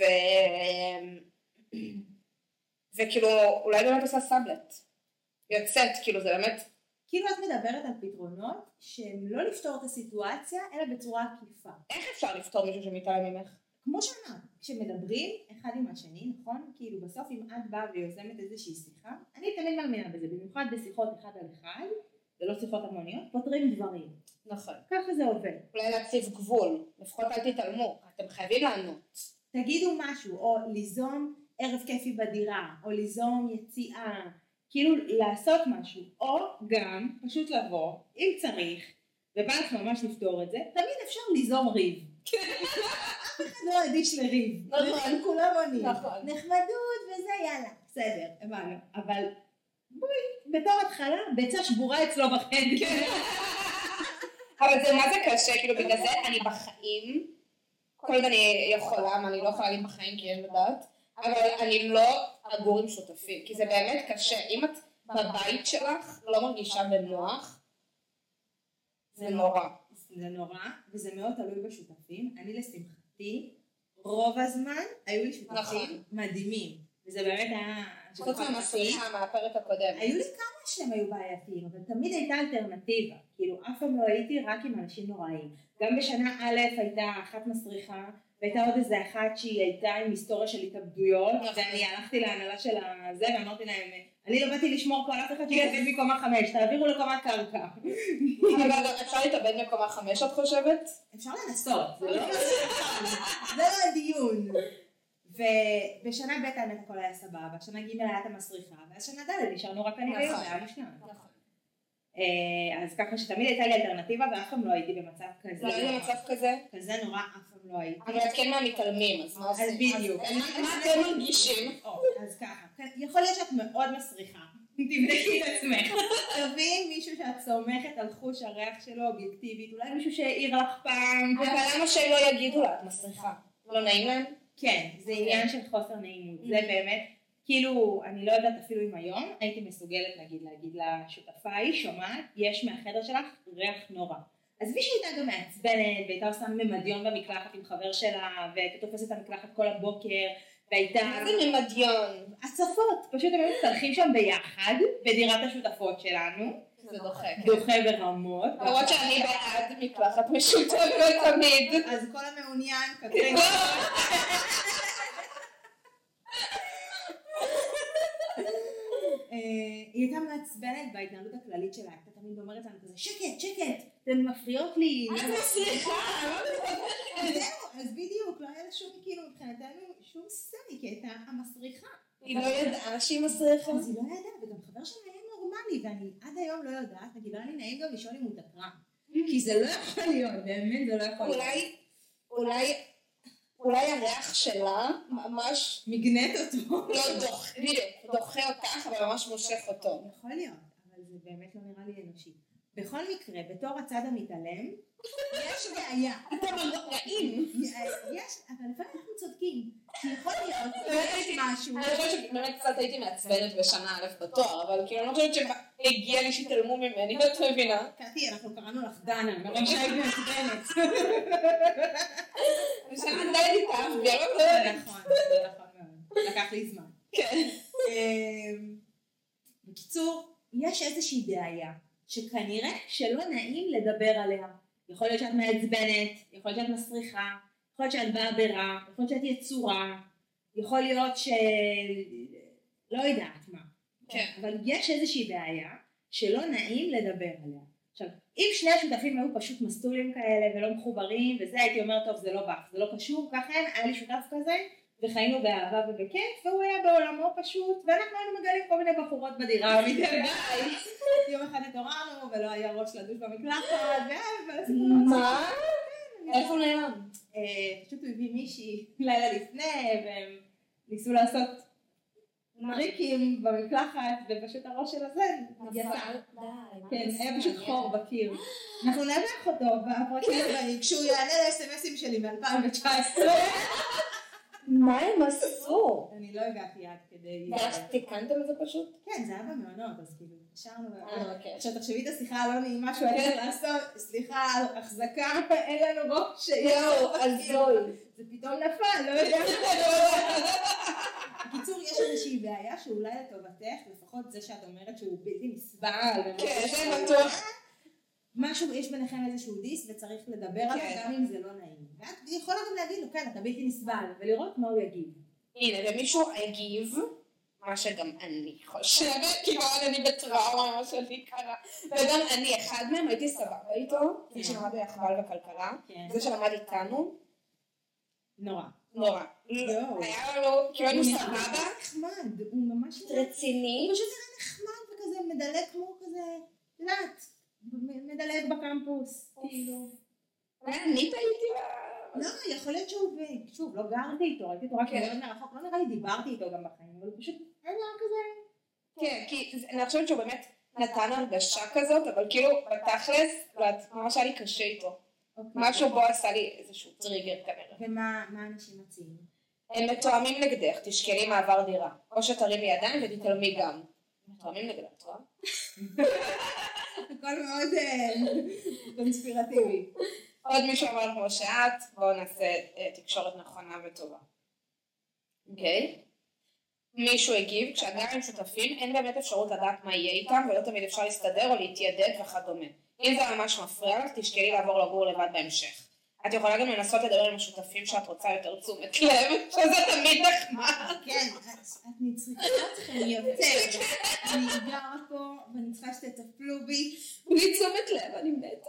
וכאילו אולי באמת עושה סאבלט. יוצאת, כאילו זה באמת... כאילו את מדברת על פתרונות שהם לא לפתור את הסיטואציה, אלא בצורה עקיפה. איך אפשר לפתור מישהו שמתעלם ממך? כמו שאמרת, כשמדברים אחד עם השני, נכון? כאילו בסוף אם את באה ויוזמת איזושהי שיחה, אני תמיד מאמינה בזה, במיוחד בשיחות אחד על אחד, זה לא שיחות המוניות, פותרים דברים. נכון. ככה זה עובד. אולי להציב גבול, לפחות אל תתעלמו, אתם חייבים לענות. תגידו משהו, או ליזום ערב כיפי בדירה, או ליזום יציאה, כאילו לעשות משהו, או גם פשוט לבוא, אם צריך, ובא לך ממש לפתור את זה, תמיד אפשר ליזום ריב. אף אחד לא אדיש לריב. נכון. כולם עונים. נכון. נחמדות וזה, יאללה, בסדר, הבנו. אבל בואי, בתור התחלה, ביצה שבורה אצלו בחדר. אבל זה מה זה קשה, כאילו בגלל זה אני בחיים, כל עוד אני יכולה, מה אני לא יכולה להגיד בחיים כי יש לדעת, אבל אני לא אגור עם שותפים, כי זה באמת קשה. אם את בבית שלך לא מרגישה בנוח, זה נורא. זה נורא, וזה מאוד תלוי בשותפים. אני לשמחתי, רוב הזמן היו לי שותפים מדהימים, וזה באמת היה... חוץ מהמסריחה מהפרק הקודם. היו לי כמה שהם היו בעייתיים, אבל תמיד הייתה אלטרנטיבה. כאילו, אף פעם לא הייתי רק עם אנשים נוראים. גם בשנה א' הייתה אחת מסריחה, והייתה עוד איזה אחת שהיא הייתה עם היסטוריה של התאבדויות, ואני הלכתי להנהלה של הזה, ואמרתי להם, אני לא באתי לשמור פה על אף אחד שיתאבד מקומה חמש, תעבירו לקומת קרקע. אבל אפשר להתאבד מקומה חמש, את חושבת? אפשר לנסות, זה לא הדיון. ובשנה ב' האמת הכל היה סבבה, בשנה ג' היה את המסריחה, ואז שנה ד' נשארנו רק אני ויום, זה היה מושלם. אז ככה שתמיד הייתה לי אלטרנטיבה, ואף פעם לא הייתי במצב כזה. לא הייתי במצב כזה? כזה נורא, אף פעם לא הייתי. אבל את כן מהמתעלמים, אז מה עושים? אז בדיוק. מה אתם מרגישים? אז ככה, יכול להיות שאת מאוד מסריחה, תבדקי את עצמך. תביאי מישהו שאת סומכת על חוש הריח שלו אובייקטיבית, אולי מישהו שהעיר לך פעם. אבל למה שלא יגידו לה, את מסריחה? לא נעים להם? כן, זה עניין של חוסר נעימות, זה באמת, כאילו, אני לא יודעת אפילו אם היום, הייתי מסוגלת נגיד להגיד לשותפיי, שומעת, יש מהחדר שלך ריח נורא. אז מי שהייתה גם מעצבנת, והייתה עושה ממדיון במקלחת עם חבר שלה, והייתה תופסת את המקלחת כל הבוקר, והייתה... מה זה ממדיון? הצפות, פשוט הם היו מתארחים שם ביחד, בדירת השותפות שלנו. זה דוחה. דוחה ברמות. למרות שאני בעד מקלחת משותפת תמיד. אז כל המעוניין, כתוב. היא הייתה מעצבנת בהתנהלות הכללית שלה, הייתה תמיד אומרת לנו כזה, שקט, שקט, אתן מפריעות לי. את מסריחה. אז בדיוק, לא היה לה שום, כאילו, מבחינתנו, שום סמי, כי הייתה המסריחה. היא לא ידעה שהיא מסריחה. אז היא לא ידעה, וגם חבר שלה היה נורמלי, ואני עד היום לא יודעת, נגיד, לא היה לי נעים גם לשאול אם הוא תקרא. כי זה לא יכול להיות, באמת זה לא יכול להיות. אולי, אולי, אולי הריח שלה ממש מגנט אותו. לא דוחה, בדיוק, דוחה אותך, אבל ממש מושך אותו. יכול להיות, אבל זה באמת לא נראה לי אנושי. בכל מקרה, בתור הצד המתעלם, יש בעיה. אתם רעים. יש, אבל לפעמים אנחנו צודקים. כי יכול להיות, יש משהו. אני חושבת שבאמת קצת הייתי מעצבנת בשנה א' בתואר, אבל כאילו אני לא חושבת שהגיע לי שהתעלמו ממני, את מבינה? קטי, אנחנו קראנו לך דנה, מרוב שהיית מעצבנת. אני עדיין איתך, ביום לא זה נכון, זה נכון מאוד. לקח לי זמן. כן. בקיצור, יש איזושהי בעיה, שכנראה שלא נעים לדבר עליה. יכול להיות שאת מעצבנת, יכול להיות שאת מסריחה, יכול להיות שאת באה ברע, יכול להיות שאת יצורה, יכול להיות ש... לא יודעת מה. כן. אבל יש איזושהי בעיה שלא נעים לדבר עליה. עכשיו, אם שני השותפים היו פשוט מסטולים כאלה ולא מחוברים, וזה הייתי אומרת, טוב, זה לא בח, זה לא קשור, ככה הם, היה לי שותף כזה, וחיינו באהבה ובכיף, והוא היה בעולמו פשוט, ואנחנו היינו מגלים כל מיני בחורות בדירה, יום אחד התעוררנו, ולא היה ראש לדוש במקלחת, מה? איפה נעלם? פשוט הוא הביא מישהי לילה לפני, והם ניסו לעשות טריקים במקלחת, ופשוט הראש של הזה יצא. כן, היה פשוט חור בקיר. אנחנו נערך אותו בפרקים הבאים, כשהוא יענה ל-אס-אם-אסים שלי מ-אלפיים תשע עשרה. מה הם עשו? אני לא הגעתי עד כדי... ואיך תיקנתם את זה פשוט? כן, זה היה במעונות, אז כאילו, נשארנו... אוקיי. עכשיו תחשבי את השיחה הלא נעימה שהוא היה צריך לעשות, סליחה, החזקה, אין לנו ראש שיש... יואו, הזוי. זה פתאום נפל, לא יודע. בקיצור, יש איזושהי בעיה שאולי לטובתך, לפחות זה שאת אומרת שהוא בלתי נסבל. כן, זה בטוח. משהו, יש ביניכם איזשהו דיס וצריך לדבר עליו גם אם זה לא נעים. ואת יכולה גם להגיד לו, כן, אתה בלתי נסבל, ולראות מה הוא יגיב. הנה, ומישהו הגיב, מה שגם אני חושבת, כי כבר אני בטראומה, מה שלי קרה. וגם אני, אחד מהם הייתי סבבה איתו, זה שלמד ביחבל וכלכלה, זה שלמד איתנו. נורא. נורא. היה לו, כאילו היינו סבבה. הוא נחמד, הוא ממש רציני. הוא פשוט היה נחמד וכזה מדלג כמו כזה, לאט, מדלג בקמפוס, כאילו. אני טעיתי לא, יכול להיות שהוא, שוב, לא גרתי איתו, ראיתי אותו רק מאוד מרחוק, לא נראה לי דיברתי איתו גם בחיים, אבל פשוט אין לו כזה. כן, כי אני חושבת שהוא באמת נתן הרגשה כזאת, אבל כאילו בתכלס, ממש היה לי קשה איתו. משהו בו עשה לי איזשהו טריגר כנראה. ומה אנשים מציעים? הם מתואמים נגדך, תשקלי מעבר דירה, או שתרימי ידיים ותתעלמי גם. מתואמים נגדך, את רואה? הכל מאוד קונספירטיבי. עוד מישהו אמר כמו שאת, בואו נעשה תקשורת נכונה וטובה. אוקיי? מישהו הגיב, כשהגרים שותפים, אין באמת אפשרות לדעת מה יהיה איתם, ולא תמיד אפשר להסתדר או להתיידד וכדומה. אם זה ממש מפריע לך, תשקלי לעבור לגור לבד בהמשך. את יכולה גם לנסות לדבר עם השותפים שאת רוצה יותר תשומת לב, שזה תמיד נחמד. כן, את נצריכה אתכם יותר. אני גרה פה ואני צריכה שתטפלו בי. בלי תשומת לב, אני מתה.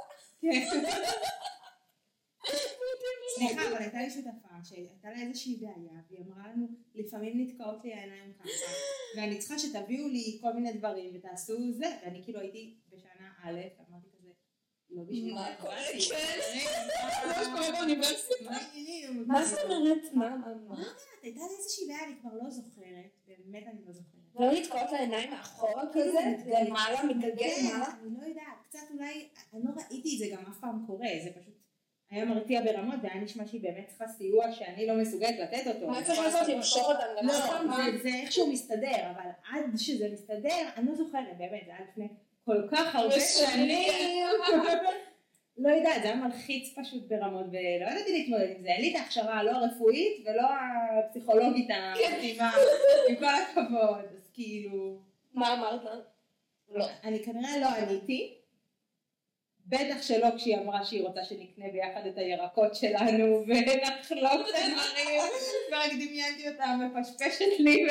סליחה, אבל הייתה לי שותפה שהייתה לה איזושהי בעיה, והיא אמרה לנו, לפעמים נתקעות לי העיניים ככה, ואני צריכה שתביאו לי כל מיני דברים ותעשו זה, ואני כאילו הייתי בשנה א', אמרתי כזה, לא בשביל מה קורה? מה קורה באוניברסיטה? מה זאת אומרת? מה? מה? הייתה לי איזושהי בעיה, אני כבר לא זוכרת, באמת אני לא זוכרת. לא נתקעות לעיניים מאחורה כזה? למעלה, מתגלגל מעלה? אני לא יודעת, קצת אולי, אני לא ראיתי את זה גם אף פעם קורה, זה פשוט היה מרתיע ברמות, והיה נשמע שהיא באמת צריכה סיוע שאני לא מסוגלת לתת אותו. מה צריך לעשות? למשוך אותם למעלה? לא, זה איכשהו מסתדר, אבל עד שזה מסתדר, אני לא זוכרת, באמת, זה היה לפני כל כך הרבה שנים. לא יודעת, זה היה מלחיץ פשוט ברמות, ולא ידעתי להתמודד עם זה, אין לי את ההכשרה לא הרפואית ולא הפסיכולוגית המתאימה, עם כל הכבוד, אז כאילו... מה אמרת? לא. אני כנראה לא עניתי, בטח שלא כשהיא אמרה שהיא רוצה שנקנה ביחד את הירקות שלנו ונחלוק את הדברים, ורק דמיינתי אותה מפשפשת לי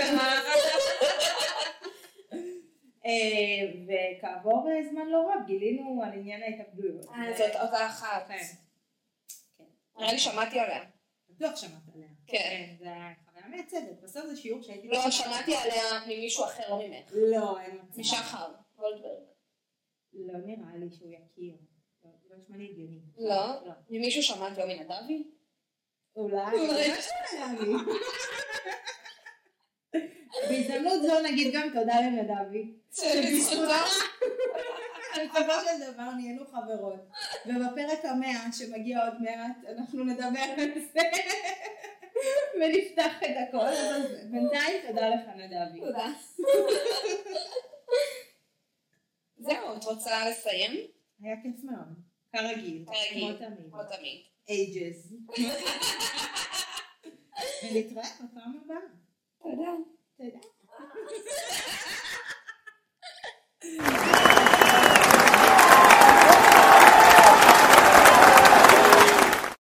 וכעבור זמן לא רב גילינו על עניין ההתאבדויות. אה, זאת אותה אחת. נראה לי שמעתי עליה. בטוח שמעת עליה. כן. זה חוויה מעצבת, בסוף זה שיעור שהייתי... לא, שמעתי עליה ממישהו אחר או ממך. לא, אין מצב. משחר, גולדברג. לא נראה לי שהוא יכיר. לא נשמע לי הגיוני. לא? ממישהו שמעת לא מנדבי? אולי. אולי. בהזדמנות זו נגיד גם תודה לנדבי. שבזכותו. בסופו של דבר נהיינו חברות. ובפרק המאה שמגיע עוד מעט אנחנו נדבר על זה. ונפתח את הכל. אז בינתיים תודה לך נדבי. תודה. זהו, את רוצה לסיים? היה כיף מאוד. כרגיל. כרגיל. כמו תמיד. כמו תמיד. אייג'ז. ונתראה בפעם הבאה. תודה. תודה.